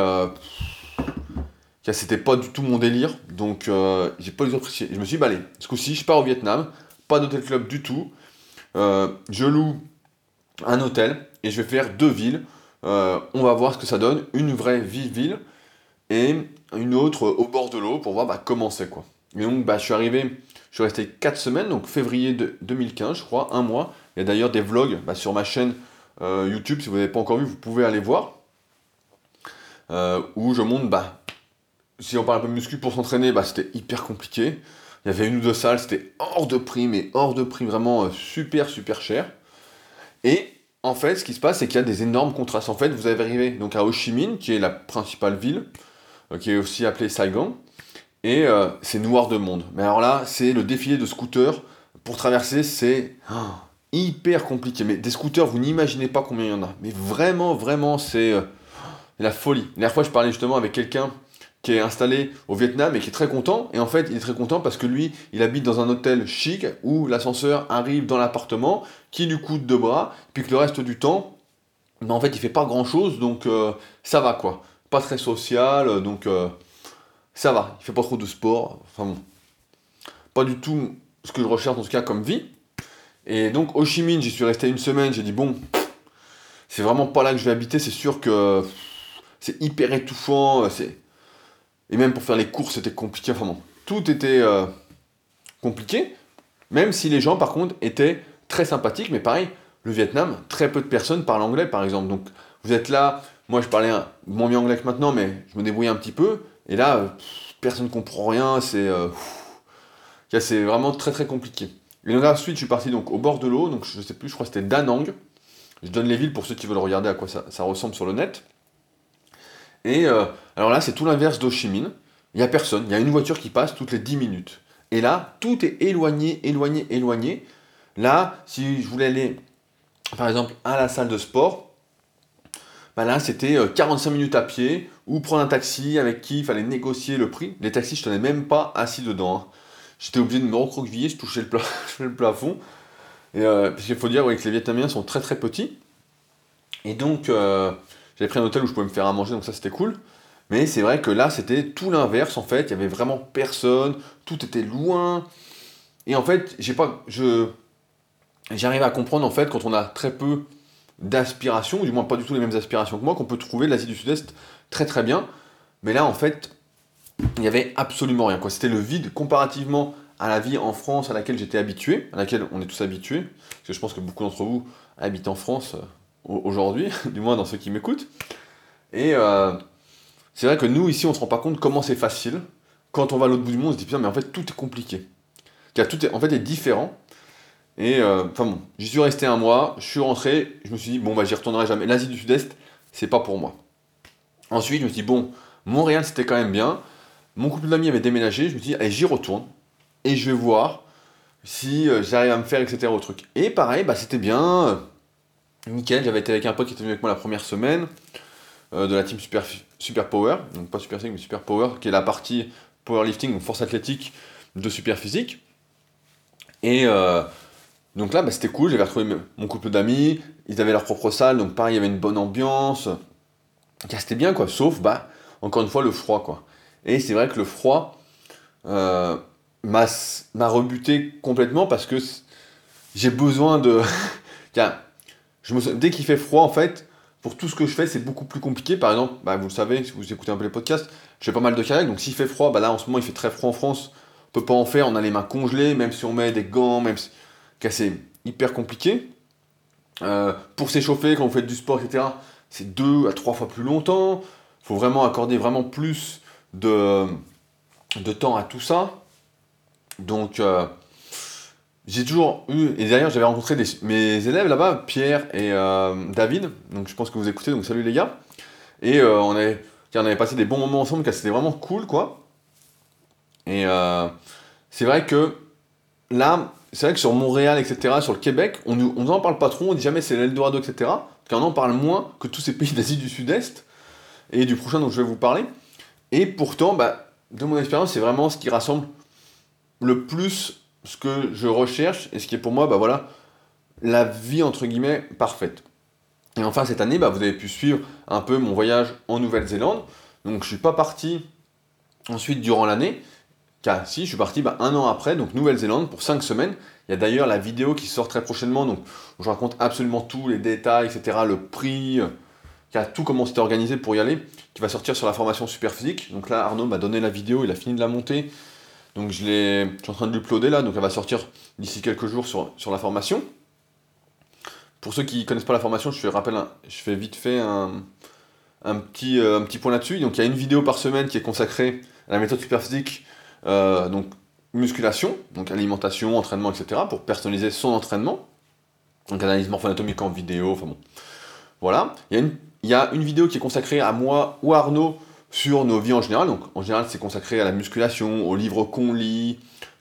c'était pas du tout mon délire, donc j'ai pas du tout apprécié. Je me suis dit, bah allez, ce coup-ci, je pars au Vietnam, pas d'hôtel club du tout. Je loue un hôtel et je vais faire 2 villes. On va voir ce que ça donne. Une vraie ville et une autre au bord de l'eau pour voir bah, comment c'est quoi. Et donc bah, je suis resté 4 semaines, donc février 2015 je crois, un mois. Il y a d'ailleurs des vlogs bah, sur ma chaîne YouTube, si vous n'avez pas encore vu, vous pouvez aller voir. Où je montre, bah, si on parle un peu de muscu pour s'entraîner, bah, c'était hyper compliqué. Il y avait une ou deux salles, c'était hors de prix, mais hors de prix, vraiment super super cher. Et en fait, ce qui se passe, c'est qu'il y a des énormes contrastes. En fait, vous arrivez donc à Ho Chi Minh, qui est la principale ville, qui est aussi appelé Saigon. Et c'est noir de monde. Mais alors là, c'est le défilé de scooters. Pour traverser, c'est hyper compliqué. Mais des scooters, vous n'imaginez pas combien il y en a. Mais vraiment, vraiment, c'est la folie. La dernière fois, je parlais justement avec quelqu'un qui est installé au Vietnam et qui est très content. Et en fait, il est très content parce que lui, il habite dans un hôtel chic où l'ascenseur arrive dans l'appartement, qui lui coûte 2 bras, puis que le reste du temps, mais en fait, il fait pas grand chose, donc ça va quoi. Pas très social, donc ça va. Il fait pas trop de sport. Enfin bon, pas du tout ce que je recherche en tout cas comme vie. Et donc, Ho Chi Minh, j'y suis resté une semaine. J'ai dit, bon, c'est vraiment pas là que je vais habiter. C'est sûr que c'est hyper étouffant. Et même pour faire les courses, c'était compliqué. Enfin bon, tout était compliqué. Même si les gens, par contre, étaient très sympathiques. Mais pareil, le Vietnam, très peu de personnes parlent anglais, par exemple. Donc, vous êtes là. Moi, je parlais moins bien anglais que maintenant, mais je me débrouillais un petit peu. Et là, personne ne comprend rien. C'est vraiment très très compliqué. Et donc ensuite, je suis parti donc au bord de l'eau. Donc, je sais plus, je crois que c'était Da Nang. Je donne les villes pour ceux qui veulent regarder à quoi ça ressemble sur le net. Et alors là, c'est tout l'inverse d'Ho Chi Minh. Il n'y a personne. Il y a une voiture qui passe toutes les 10 minutes. Et là, tout est éloigné, éloigné, éloigné. Là, si je voulais aller, par exemple, à la salle de sport, bah là, c'était 45 minutes à pied, ou prendre un taxi avec qui il fallait négocier le prix. Les taxis, je tenais même pas assis dedans, hein. J'étais obligé de me recroqueviller, je touchais le plafond. Et, parce qu'il faut dire ouais, que les Vietnamiens sont très très petits. Et donc, j'avais pris un hôtel où je pouvais me faire à manger, donc ça c'était cool. Mais c'est vrai que là, c'était tout l'inverse en fait. Il y avait vraiment personne, tout était loin. Et en fait, j'arrive à comprendre en fait quand on a très peu d'aspirations, ou du moins pas du tout les mêmes aspirations que moi, qu'on peut trouver l'Asie du Sud-Est très très bien. Mais là, en fait, il n'y avait absolument rien, quoi. C'était le vide comparativement à la vie en France à laquelle j'étais habitué, à laquelle on est tous habitués, parce que je pense que beaucoup d'entre vous habitent en France aujourd'hui, du moins dans ceux qui m'écoutent. Et c'est vrai que nous, ici, on se rend pas compte comment c'est facile. Quand on va à l'autre bout du monde, on se dit putain, mais en fait, tout est compliqué. Car tout est, en fait, est différent. Et enfin bon, j'y suis resté un mois, je suis rentré, je me suis dit, bon, bah, j'y retournerai jamais. L'Asie du Sud-Est, c'est pas pour moi. Ensuite, je me suis dit, bon, Montréal, c'était quand même bien. Mon couple d'amis avait déménagé, je me suis dit, allez, j'y retourne. Et je vais voir si j'arrive à me faire, etc. au truc. Et pareil, bah, c'était bien. Nickel, j'avais été avec un pote qui était venu avec moi la première semaine de la team Super Power. Donc pas Super Physique, mais Super Power, qui est la partie powerlifting, donc force athlétique de Super Physique. Et donc là, bah, c'était cool, j'avais retrouvé mon couple d'amis, ils avaient leur propre salle, donc pareil, il y avait une bonne ambiance. C'était bien, quoi, sauf, bah, encore une fois, le froid, quoi. Et c'est vrai que le froid euh, m'a rebuté complètement parce que j'ai besoin de... Dès qu'il fait froid, en fait, pour tout ce que je fais, c'est beaucoup plus compliqué. Par exemple, bah, vous le savez, si vous écoutez un peu les podcasts, je fais pas mal de kayak, donc s'il fait froid, bah là, en ce moment, il fait très froid en France, on peut pas en faire, on a les mains congelées, même si on met des gants, même si... C'est hyper compliqué. Pour s'échauffer, quand vous faites du sport, etc., c'est 2 à 3 fois plus longtemps. Il faut vraiment accorder vraiment plus de temps à tout ça. Donc, j'ai toujours eu, et d'ailleurs j'avais rencontré mes élèves là-bas, Pierre et David, donc je pense que vous écoutez, donc salut les gars. Et on avait passé des bons moments ensemble, car c'était vraiment cool, quoi. Et c'est vrai que là, c'est vrai que sur Montréal, etc., sur le Québec, on nous en parle pas trop, on dit jamais c'est l'Eldorado, etc., car on en parle moins que tous ces pays d'Asie du Sud-Est, et du prochain dont je vais vous parler. Et pourtant, bah, de mon expérience, c'est vraiment ce qui rassemble le plus ce que je recherche, et ce qui est pour moi, bah voilà, la vie entre guillemets parfaite. Et enfin cette année, bah, vous avez pu suivre un peu mon voyage en Nouvelle-Zélande. Donc je suis pas parti ensuite durant l'année, car si je suis parti bah, un an après, donc Nouvelle-Zélande pour 5 semaines. Il y a d'ailleurs la vidéo qui sort très prochainement, donc où je raconte absolument tous les détails, etc., le prix, tout comment c'était organisé pour y aller, qui va sortir sur la formation Super Physique. Donc là Arnaud m'a donné la vidéo, il a fini de la monter. Donc je suis en train de l'uploader là, donc elle va sortir d'ici quelques jours sur la formation. Pour ceux qui ne connaissent pas la formation, je fais vite fait un petit point là-dessus. Donc il y a une vidéo par semaine qui est consacrée à la méthode Superphysique, donc musculation, donc alimentation, entraînement, etc. pour personnaliser son entraînement. Donc analyse morpho-anatomique en vidéo, enfin bon. Voilà. Il y a une vidéo qui est consacrée à moi ou à Arnaud sur nos vies en général. Donc en général, c'est consacré à la musculation, aux livres qu'on lit,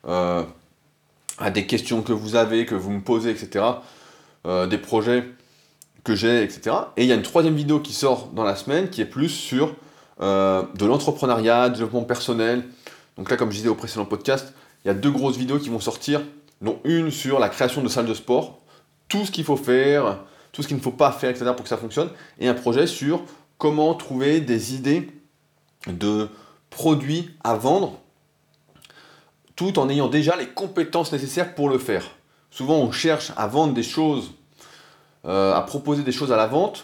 à des questions que vous avez, que vous me posez, etc. Des projets que j'ai, etc. Et il y a une troisième vidéo qui sort dans la semaine qui est plus sur de l'entrepreneuriat, développement personnel. Donc là, comme je disais au précédent podcast, il y a 2 grosses vidéos qui vont sortir, dont une sur la création de salles de sport, tout ce qu'il faut faire, tout ce qu'il ne faut pas faire, etc. pour que ça fonctionne, et un projet sur comment trouver des idées de produits à vendre tout en ayant déjà les compétences nécessaires pour le faire. Souvent, on cherche à vendre des choses, à proposer des choses à la vente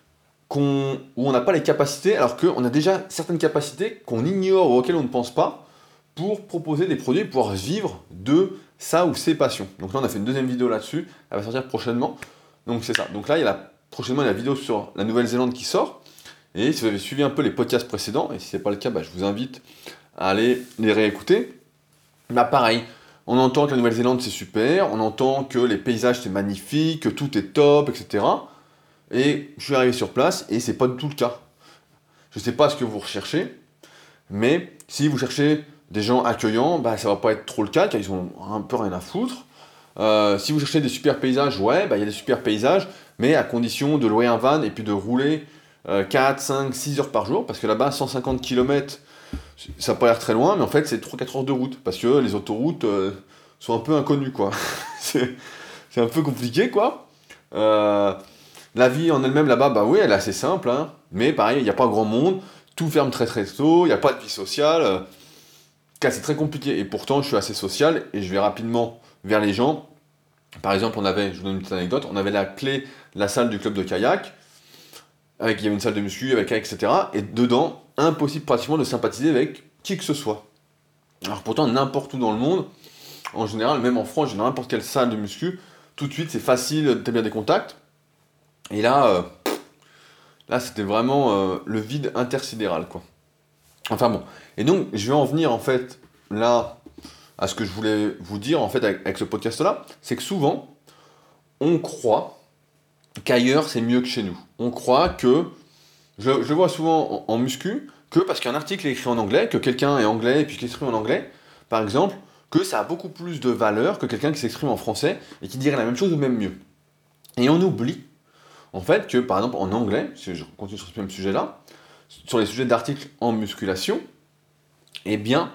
où on n'a pas les capacités, alors qu'on a déjà certaines capacités qu'on ignore ou auxquelles on ne pense pas pour proposer des produits et pouvoir vivre de ça ou ses passions. Donc là, on a fait une deuxième vidéo là-dessus, elle va sortir prochainement. Donc c'est ça. Donc là, il y a prochainement la vidéo sur la Nouvelle-Zélande qui sort. Et si vous avez suivi un peu les podcasts précédents, et si ce n'est pas le cas, je vous invite à aller les réécouter. Pareil, on entend que la Nouvelle-Zélande c'est super, on entend que les paysages c'est magnifique, que tout est top, etc. Et je suis arrivé sur place et c'est pas du tout le cas. Je sais pas ce que vous recherchez, mais si vous cherchez des gens accueillants, ça va pas être trop le cas, car ils ont un peu rien à foutre. Si vous cherchez des super paysages, ouais, il y a des super paysages, mais à condition de louer un van et puis de rouler 4, 5, 6 heures par jour, parce que là-bas, 150 km, ça n'a pas l'air très loin, mais en fait, c'est 3-4 heures de route, parce que les autoroutes sont un peu inconnues, quoi. c'est un peu compliqué, quoi. La vie en elle-même, là-bas, oui, elle est assez simple, hein, mais pareil, il n'y a pas grand monde, tout ferme très très tôt, il n'y a pas de vie sociale, c'est très compliqué, et pourtant, je suis assez social, et je vais rapidement vers les gens. Par exemple, je vous donne une petite anecdote, on avait la clé de la salle du club de kayak, il y avait une salle de muscu, avec kayak, etc. Et dedans, impossible pratiquement de sympathiser avec qui que ce soit. Alors pourtant, n'importe où dans le monde, en général, même en France, j'ai n'importe quelle salle de muscu, tout de suite, c'est facile d'établir des contacts. Et là, c'était vraiment le vide intersidéral, quoi. Enfin bon. Et donc, je vais en venir, en fait, là, à ce que je voulais vous dire, en fait, avec ce podcast-là, c'est que souvent, on croit qu'ailleurs, c'est mieux que chez nous. On croit que, je le vois souvent en muscu, que parce qu'un article est écrit en anglais, que quelqu'un est anglais et puis qu'il s'exprime en anglais, par exemple, que ça a beaucoup plus de valeur que quelqu'un qui s'exprime en français et qui dirait la même chose ou même mieux. Et on oublie, en fait, que par exemple en anglais, si je continue sur ce même sujet-là, sur les sujets d'articles en musculation, eh bien,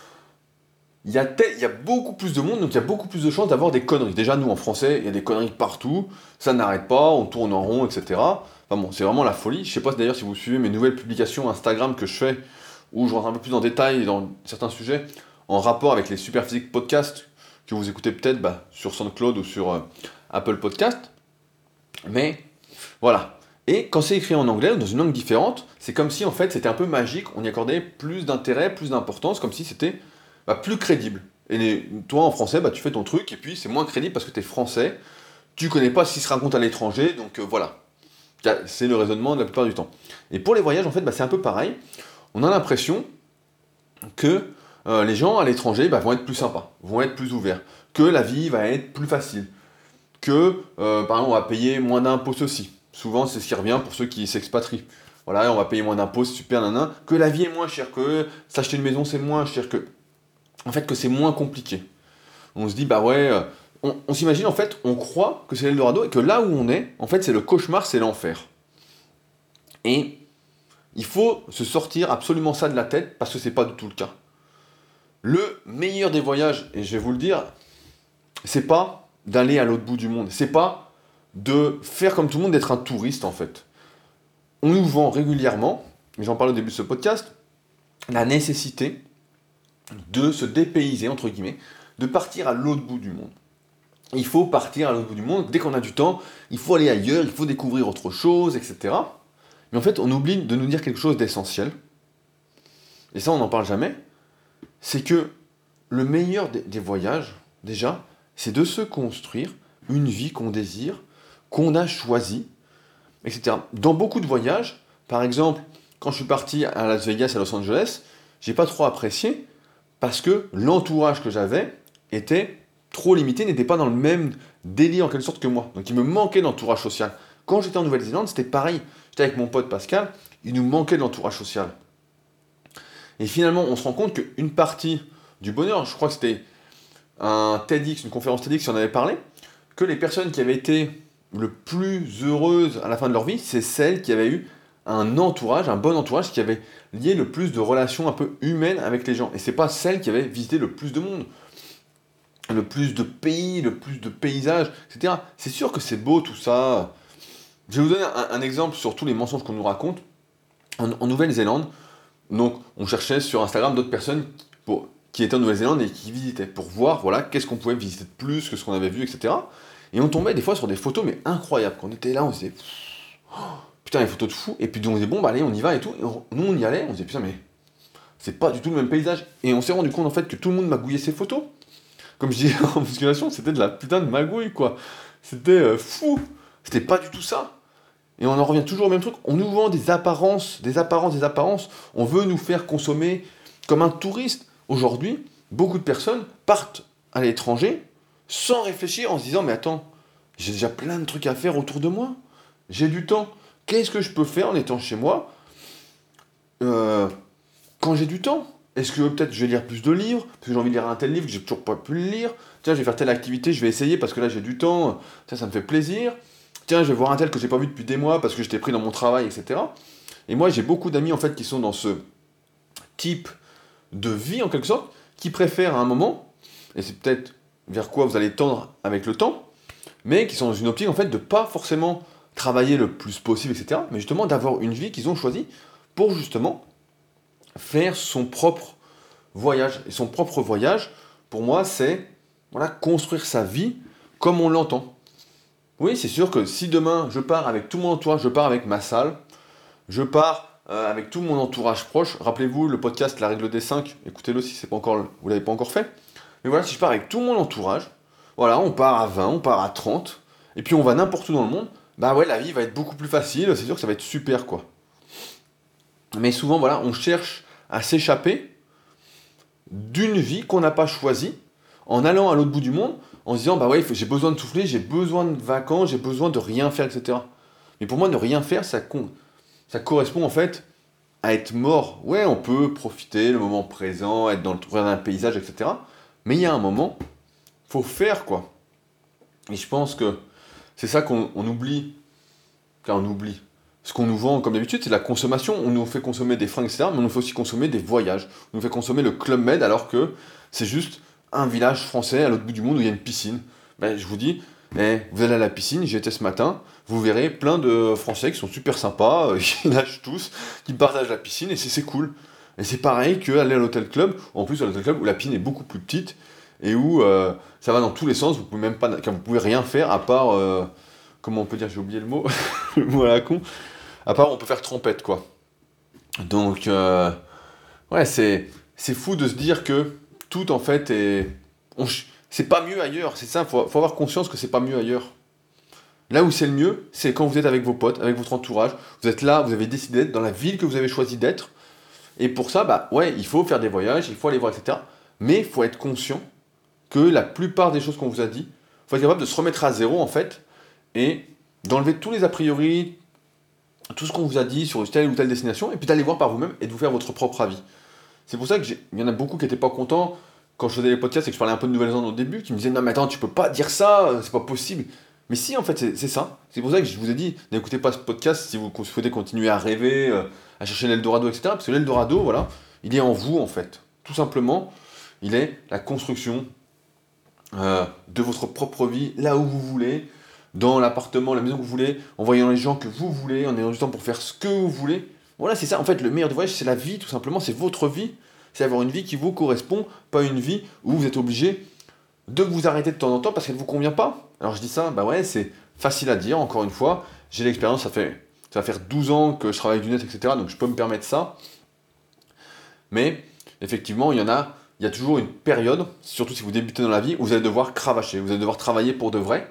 il y a beaucoup plus de monde, donc il y a beaucoup plus de chances d'avoir des conneries. Déjà, nous, en français, il y a des conneries partout, ça n'arrête pas, on tourne en rond, etc. Enfin bon, c'est vraiment la folie. Je sais pas d'ailleurs si vous suivez mes nouvelles publications Instagram que je fais, où je rentre un peu plus en détail dans certains sujets, en rapport avec les Superphysique Podcasts, que vous écoutez peut-être sur SoundCloud ou sur Apple Podcast. Mais, voilà. Et quand c'est écrit en anglais ou dans une langue différente, c'est comme si en fait c'était un peu magique, on y accordait plus d'intérêt, plus d'importance, comme si c'était plus crédible. Et toi en français, tu fais ton truc, et puis c'est moins crédible parce que t'es français, tu connais pas ce qui se raconte à l'étranger, donc voilà. C'est le raisonnement de la plupart du temps. Et pour les voyages, en fait, c'est un peu pareil. On a l'impression que les gens à l'étranger vont être plus sympas, vont être plus ouverts, que la vie va être plus facile, que, par exemple, on va payer moins d'impôts aussi. Souvent, c'est ce qui revient pour ceux qui s'expatrient. Voilà, on va payer moins d'impôts, c'est super, nanan. Que la vie est moins chère, que s'acheter une maison, c'est moins cher, en fait, que c'est moins compliqué. On se dit, on s'imagine, en fait, on croit que c'est l'Eldorado, et que là où on est, en fait, c'est le cauchemar, c'est l'enfer. Et il faut se sortir absolument ça de la tête, parce que c'est pas du tout le cas. Le meilleur des voyages, et je vais vous le dire, c'est pas d'aller à l'autre bout du monde, c'est pas de faire comme tout le monde, d'être un touriste, en fait. On nous vend régulièrement, et j'en parle au début de ce podcast, la nécessité de se dépayser, entre guillemets, de partir à l'autre bout du monde. Il faut partir à l'autre bout du monde, dès qu'on a du temps, il faut aller ailleurs, il faut découvrir autre chose, etc. Mais en fait, on oublie de nous dire quelque chose d'essentiel, et ça on n'en parle jamais, c'est que le meilleur des voyages, déjà, c'est de se construire une vie qu'on désire, qu'on a choisie, etc. Dans beaucoup de voyages, par exemple, quand je suis parti à Las Vegas, à Los Angeles, j'ai pas trop apprécié, parce que l'entourage que j'avais était trop limité, n'était pas dans le même délire en quelque sorte que moi. Donc il me manquait d'entourage social. Quand j'étais en Nouvelle-Zélande, c'était pareil. J'étais avec mon pote Pascal, il nous manquait de l'entourage social. Et finalement, on se rend compte qu'une partie du bonheur, je crois que c'était un TEDx, une conférence TEDx qui en avait parlé, que les personnes qui avaient été le plus heureuses à la fin de leur vie, c'est celles qui avaient eu un entourage, un bon entourage, qui avait lié le plus de relations un peu humaines avec les gens. Et c'est pas celles qui avaient visité le plus de monde, le plus de pays, le plus de paysages, etc. C'est sûr que c'est beau tout ça. Je vais vous donner un exemple sur tous les mensonges qu'on nous raconte. En Nouvelle-Zélande, donc on cherchait sur Instagram d'autres personnes qui étaient en Nouvelle-Zélande et qui visitaient pour voir voilà, qu'est-ce qu'on pouvait visiter de plus que ce qu'on avait vu, etc. Et on tombait des fois sur des photos mais incroyables. Quand on était là, on se disait putain, les photos de fou. Et puis on disait bon, bah allez, on y va et tout. Et nous on y allait, on se disait putain, mais c'est pas du tout le même paysage. Et on s'est rendu compte en fait que tout le monde magouillait ses photos. Comme je dis en musculation, c'était de la putain de magouille quoi. C'était fou. C'était pas du tout ça. Et on en revient toujours au même truc. On nous vend des apparences, des apparences, des apparences. On veut nous faire consommer comme un touriste. Aujourd'hui, beaucoup de personnes partent à l'étranger sans réfléchir en se disant mais attends, j'ai déjà plein de trucs à faire autour de moi. J'ai du temps. Qu'est-ce que je peux faire en étant chez moi quand j'ai du temps? Est-ce que peut-être je vais lire plus de livres parce que j'ai envie de lire un tel livre que j'ai toujours pas pu le lire? Tiens, je vais faire telle activité, je vais essayer parce que là j'ai du temps. Tiens, ça me fait plaisir. Tiens, je vais voir un tel que j'ai pas vu depuis des mois parce que j'étais pris dans mon travail, etc. Et moi, j'ai beaucoup d'amis en fait qui sont dans ce type de vie en quelque sorte, qui préfèrent à un moment, et c'est peut-être vers quoi vous allez tendre avec le temps, mais qui sont dans une optique en fait de pas forcément travailler le plus possible, etc. Mais justement d'avoir une vie qu'ils ont choisie pour justement faire son propre voyage. Et son propre voyage, pour moi, c'est voilà, construire sa vie comme on l'entend. Oui, c'est sûr que si demain je pars avec tout mon entourage, je pars avec ma salle, je pars avec tout mon entourage proche, rappelez-vous le podcast La règle des 5, écoutez-le si vous ne l'avez pas encore fait. Mais voilà, si je pars avec tout mon entourage, voilà, on part à 20, on part à 30, et puis on va n'importe où dans le monde, bah ouais, la vie va être beaucoup plus facile, c'est sûr que ça va être super quoi. Mais souvent, voilà, on cherche à s'échapper d'une vie qu'on n'a pas choisie, en allant à l'autre bout du monde, en se disant, bah ouais, j'ai besoin de souffler, j'ai besoin de vacances, j'ai besoin de rien faire, etc. Mais pour moi, ne rien faire, ça correspond en fait à être mort. Ouais, on peut profiter le moment présent, être dans un paysage, etc. Mais il y a un moment, faut faire quoi. Et je pense que c'est ça qu'on oublie. Car on oublie. Ce qu'on nous vend comme d'habitude, c'est la consommation. On nous fait consommer des fringues, etc. Mais on nous fait aussi consommer des voyages. On nous fait consommer le Club Med alors que c'est juste un village français à l'autre bout du monde où il y a une piscine. Ben, je vous dis, vous allez à la piscine, j'y étais ce matin, vous verrez plein de Français qui sont super sympas, qui nagent tous, qui partagent la piscine et c'est cool. Et c'est pareil qu'aller à l'hôtel club, en plus à l'hôtel club où la piscine est beaucoup plus petite et où ça va dans tous les sens, vous pouvez même pas, vous pouvez rien faire à part, comment on peut dire, j'ai oublié le mot, le mot à la con, à part on peut faire trompette quoi. Donc ouais, c'est fou de se dire que tout en fait est, c'est pas mieux ailleurs, c'est ça, faut avoir conscience que c'est pas mieux ailleurs. Là où c'est le mieux, c'est quand vous êtes avec vos potes, avec votre entourage, vous êtes là, vous avez décidé d'être dans la ville que vous avez choisi d'être, et pour ça, bah ouais, il faut faire des voyages, il faut aller voir, etc. Mais il faut être conscient que la plupart des choses qu'on vous a dit, il faut être capable de se remettre à zéro en fait, et d'enlever tous les a priori, tout ce qu'on vous a dit sur telle ou telle destination, et puis d'aller voir par vous-même et de vous faire votre propre avis. C'est pour ça que il y en a beaucoup qui n'étaient pas contents quand je faisais les podcasts et que je parlais un peu de Nouvelle-Zélande au début, qui me disaient non mais attends, tu peux pas dire ça, c'est pas possible. Mais si, en fait, c'est ça. C'est pour ça que je vous ai dit, n'écoutez pas ce podcast si vous souhaitez continuer à rêver, à chercher l'Eldorado, etc. Parce que l'Eldorado, voilà, il est en vous, en fait. Tout simplement, il est la construction de votre propre vie, là où vous voulez, dans l'appartement, la maison que vous voulez, en voyant les gens que vous voulez, en ayant du temps pour faire ce que vous voulez. Voilà, c'est ça. En fait, le meilleur du voyage, c'est la vie, tout simplement. C'est votre vie. C'est avoir une vie qui vous correspond, pas une vie où vous êtes obligé de vous arrêter de temps en temps parce qu'elle ne vous convient pas. Alors je dis ça, bah ouais, c'est facile à dire, encore une fois. J'ai l'expérience, ça va faire 12 ans que je travaille avec du net, etc. Donc je peux me permettre ça. Mais effectivement, il y a toujours une période, surtout si vous débutez dans la vie, où vous allez devoir cravacher, vous allez devoir travailler pour de vrai.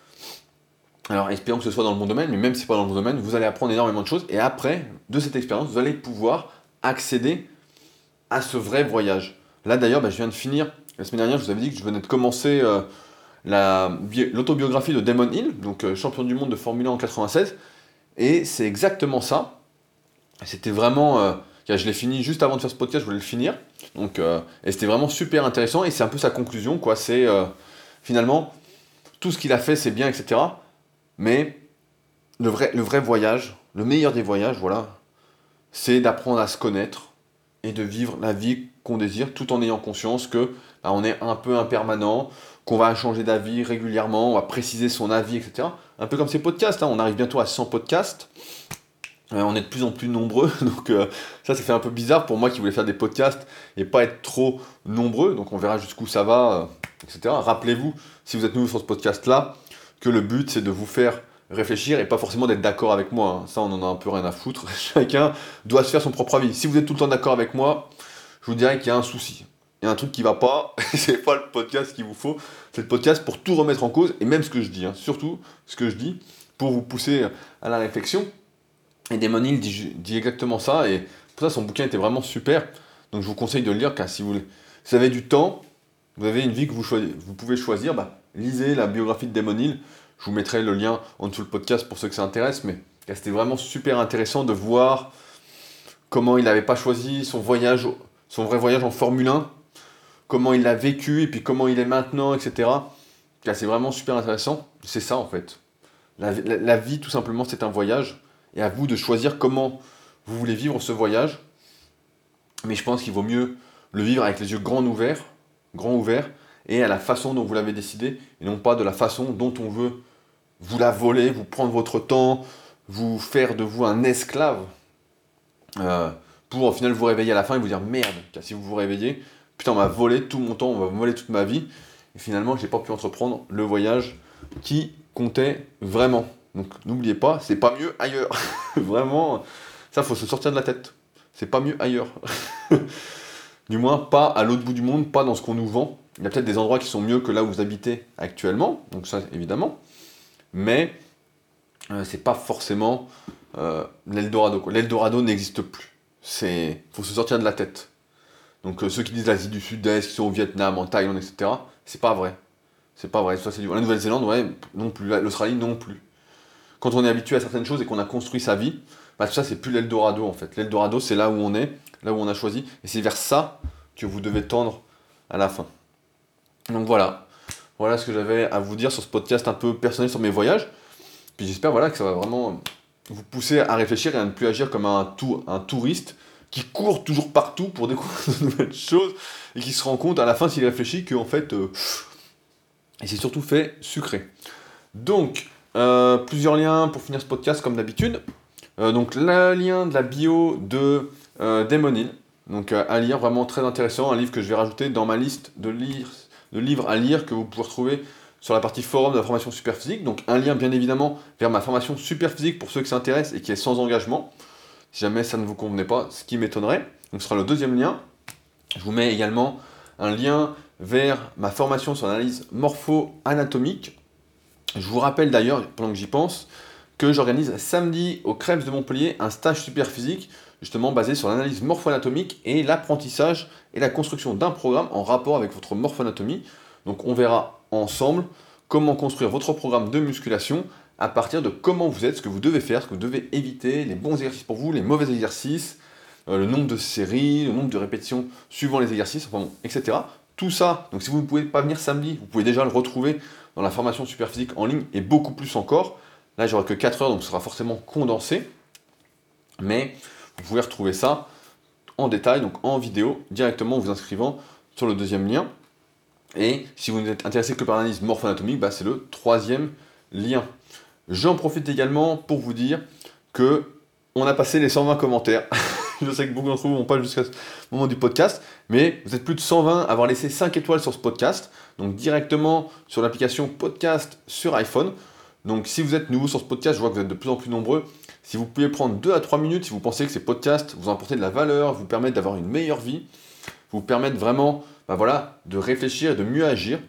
Alors espérons que ce soit dans le bon domaine, mais même si c'est pas dans le bon domaine, vous allez apprendre énormément de choses. Et après, de cette expérience, vous allez pouvoir accéder à ce vrai voyage. Là d'ailleurs, je viens de finir, la semaine dernière, je vous avais dit que je venais de commencer l'autobiographie de Damon Hill, donc champion du monde de Formule 1 en 96, et c'est exactement ça. C'était vraiment, Je l'ai fini juste avant de faire ce podcast, je voulais le finir. Donc, et c'était vraiment super intéressant, et c'est un peu sa conclusion, quoi. C'est finalement, tout ce qu'il a fait, c'est bien, etc. Mais le vrai voyage, le meilleur des voyages, voilà, c'est d'apprendre à se connaître et de vivre la vie qu'on désire, tout en ayant conscience que bah, on est un peu impermanent, qu'on va changer d'avis régulièrement, on va préciser son avis, etc. Un peu comme ces podcasts, hein, on arrive bientôt à 100 podcasts. On est de plus en plus nombreux, donc ça fait un peu bizarre pour moi qui voulais faire des podcasts et pas être trop nombreux, donc on verra jusqu'où ça va, etc. Rappelez-vous, si vous êtes nouveau sur ce podcast-là, que le but c'est de vous faire réfléchir et pas forcément d'être d'accord avec moi, hein. Ça on en a un peu rien à foutre, chacun doit se faire son propre avis. Si vous êtes tout le temps d'accord avec moi, je vous dirais qu'il y a un souci. Il y a un truc qui va pas, c'est pas le podcast qu'il vous faut, c'est le podcast pour tout remettre en cause, et même ce que je dis, hein, surtout ce que je dis, pour vous pousser à la réflexion. Et Damon Hill dit exactement ça, et pour ça son bouquin était vraiment super. Donc je vous conseille de le lire, car si vous avez du temps, vous avez une vie que vous pouvez choisir, bah, lisez la biographie de Damon Hill. Je vous mettrai le lien en dessous le podcast pour ceux que ça intéresse, mais c'était vraiment super intéressant de voir comment il n'avait pas choisi son vrai voyage en Formule 1, comment il l'a vécu, et puis comment il est maintenant, etc. C'est vraiment super intéressant. C'est ça en fait. La vie, tout simplement, c'est un voyage. Et à vous de choisir comment vous voulez vivre ce voyage. Mais je pense qu'il vaut mieux le vivre avec les yeux grands ouverts, et à la façon dont vous l'avez décidé, et non pas de la façon dont on veut vous la voler, vous prendre votre temps, vous faire de vous un esclave, pour au final vous réveiller à la fin et vous dire merde, car si vous vous réveillez, putain on m'a volé tout mon temps, on va me voler toute ma vie, et finalement j'ai pas pu entreprendre le voyage qui comptait vraiment. Donc n'oubliez pas, c'est pas mieux ailleurs. Vraiment, ça faut se sortir de la tête. C'est pas mieux ailleurs. Du moins, pas à l'autre bout du monde, pas dans ce qu'on nous vend. Il y a peut-être des endroits qui sont mieux que là où vous habitez actuellement, donc ça évidemment. Mais c'est pas forcément l'Eldorado, quoi. L'Eldorado n'existe plus. Faut se sortir de la tête. Donc ceux qui disent l'Asie du Sud-Est, qui sont au Vietnam, en Thaïlande, etc., c'est pas vrai. C'est pas vrai. Ça, c'est la Nouvelle-Zélande, ouais, non plus. L'Australie, non plus. Quand on est habitué à certaines choses et qu'on a construit sa vie, bah tout ça c'est plus l'Eldorado en fait. L'Eldorado c'est là où on est, là où on a choisi, et c'est vers ça que vous devez tendre à la fin. Donc voilà ce que j'avais à vous dire sur ce podcast un peu personnel sur mes voyages. Puis j'espère que ça va vraiment vous pousser à réfléchir et à ne plus agir comme un touriste qui court toujours partout pour découvrir de nouvelles choses et qui se rend compte à la fin s'il réfléchit qu'en fait, il s'est surtout fait sucrer. Donc, plusieurs liens pour finir ce podcast comme d'habitude. Donc le lien de la bio de Damon Hill. Donc à lire, vraiment très intéressant, un livre que je vais rajouter dans ma liste de livres à lire que vous pouvez retrouver sur la partie forum de la formation Superphysique. Donc un lien bien évidemment vers ma formation Superphysique pour ceux qui s'intéressent et qui est sans engagement. Si jamais ça ne vous convenait pas, ce qui m'étonnerait. Donc ce sera le deuxième lien. Je vous mets également un lien vers ma formation sur l'analyse morpho-anatomique. Je vous rappelle d'ailleurs, pendant que j'y pense, que j'organise samedi au Krebs de Montpellier un stage Superphysique, justement basé sur l'analyse morpho-anatomique et l'apprentissage et la construction d'un programme en rapport avec votre morpho-anatomie. Donc on verra ensemble comment construire votre programme de musculation à partir de comment vous êtes, ce que vous devez faire, ce que vous devez éviter, les bons exercices pour vous, les mauvais exercices, le nombre de séries, le nombre de répétitions suivant les exercices, enfin bon, etc. Tout ça, donc si vous ne pouvez pas venir samedi, vous pouvez déjà le retrouver dans la formation Superphysique en ligne et beaucoup plus encore. Là, j'aurai que 4 heures, donc ce sera forcément condensé. Mais vous pouvez retrouver ça en détail, donc en vidéo, directement en vous inscrivant sur le deuxième lien. Et si vous n'êtes intéressé que par l'analyse morpho-anatomique, c'est le troisième lien. J'en profite également pour vous dire que on a passé les 120 commentaires. Je sais que beaucoup d'entre vous n'ont pas jusqu'à ce moment du podcast, mais vous êtes plus de 120 à avoir laissé 5 étoiles sur ce podcast, donc directement sur l'application podcast sur iPhone. Donc si vous êtes nouveau sur ce podcast, je vois que vous êtes de plus en plus nombreux. Si vous pouvez prendre 2 à 3 minutes, si vous pensez que ces podcasts vous apportent de la valeur, vous permettent d'avoir une meilleure vie, vous permettent vraiment de réfléchir et de mieux agir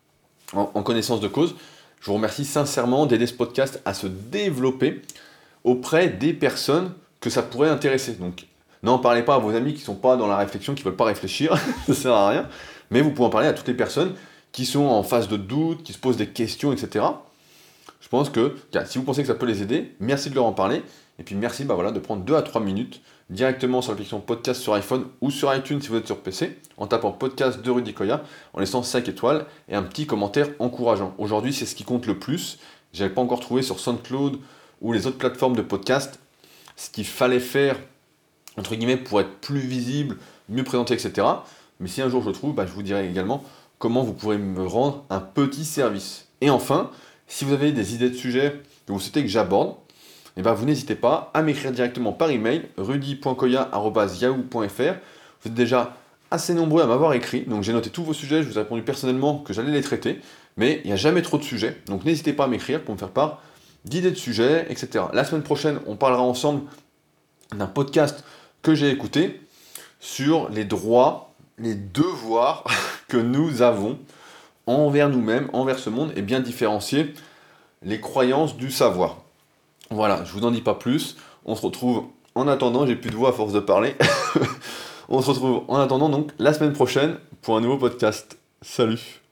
en connaissance de cause, je vous remercie sincèrement d'aider ce podcast à se développer auprès des personnes que ça pourrait intéresser. Donc n'en parlez pas à vos amis qui ne sont pas dans la réflexion, qui ne veulent pas réfléchir, ça ne sert à rien, mais vous pouvez en parler à toutes les personnes qui sont en phase de doute, qui se posent des questions, etc. Je pense que si vous pensez que ça peut les aider, merci de leur en parler. Et puis merci de prendre 2 à 3 minutes directement sur l'application podcast sur iPhone ou sur iTunes si vous êtes sur PC, en tapant podcast de Rudy Koya, en laissant 5 étoiles et un petit commentaire encourageant. Aujourd'hui, c'est ce qui compte le plus. Je n'avais pas encore trouvé sur SoundCloud ou les autres plateformes de podcast ce qu'il fallait faire, entre guillemets, pour être plus visible, mieux présenté, etc. Mais si un jour je le trouve, je vous dirai également comment vous pourrez me rendre un petit service. Et enfin, si vous avez des idées de sujets que vous souhaitez que j'aborde, vous n'hésitez pas à m'écrire directement par email, rudy.koya@yahoo.fr. Vous êtes déjà assez nombreux à m'avoir écrit, donc j'ai noté tous vos sujets, je vous ai répondu personnellement que j'allais les traiter, mais il n'y a jamais trop de sujets, donc n'hésitez pas à m'écrire pour me faire part d'idées de sujets, etc. La semaine prochaine, on parlera ensemble d'un podcast que j'ai écouté sur les droits, les devoirs que nous avons envers nous-mêmes, envers ce monde, et bien différencier les croyances du savoir. Voilà, je vous en dis pas plus. On se retrouve en attendant, j'ai plus de voix à force de parler. On se retrouve en attendant donc la semaine prochaine pour un nouveau podcast. Salut!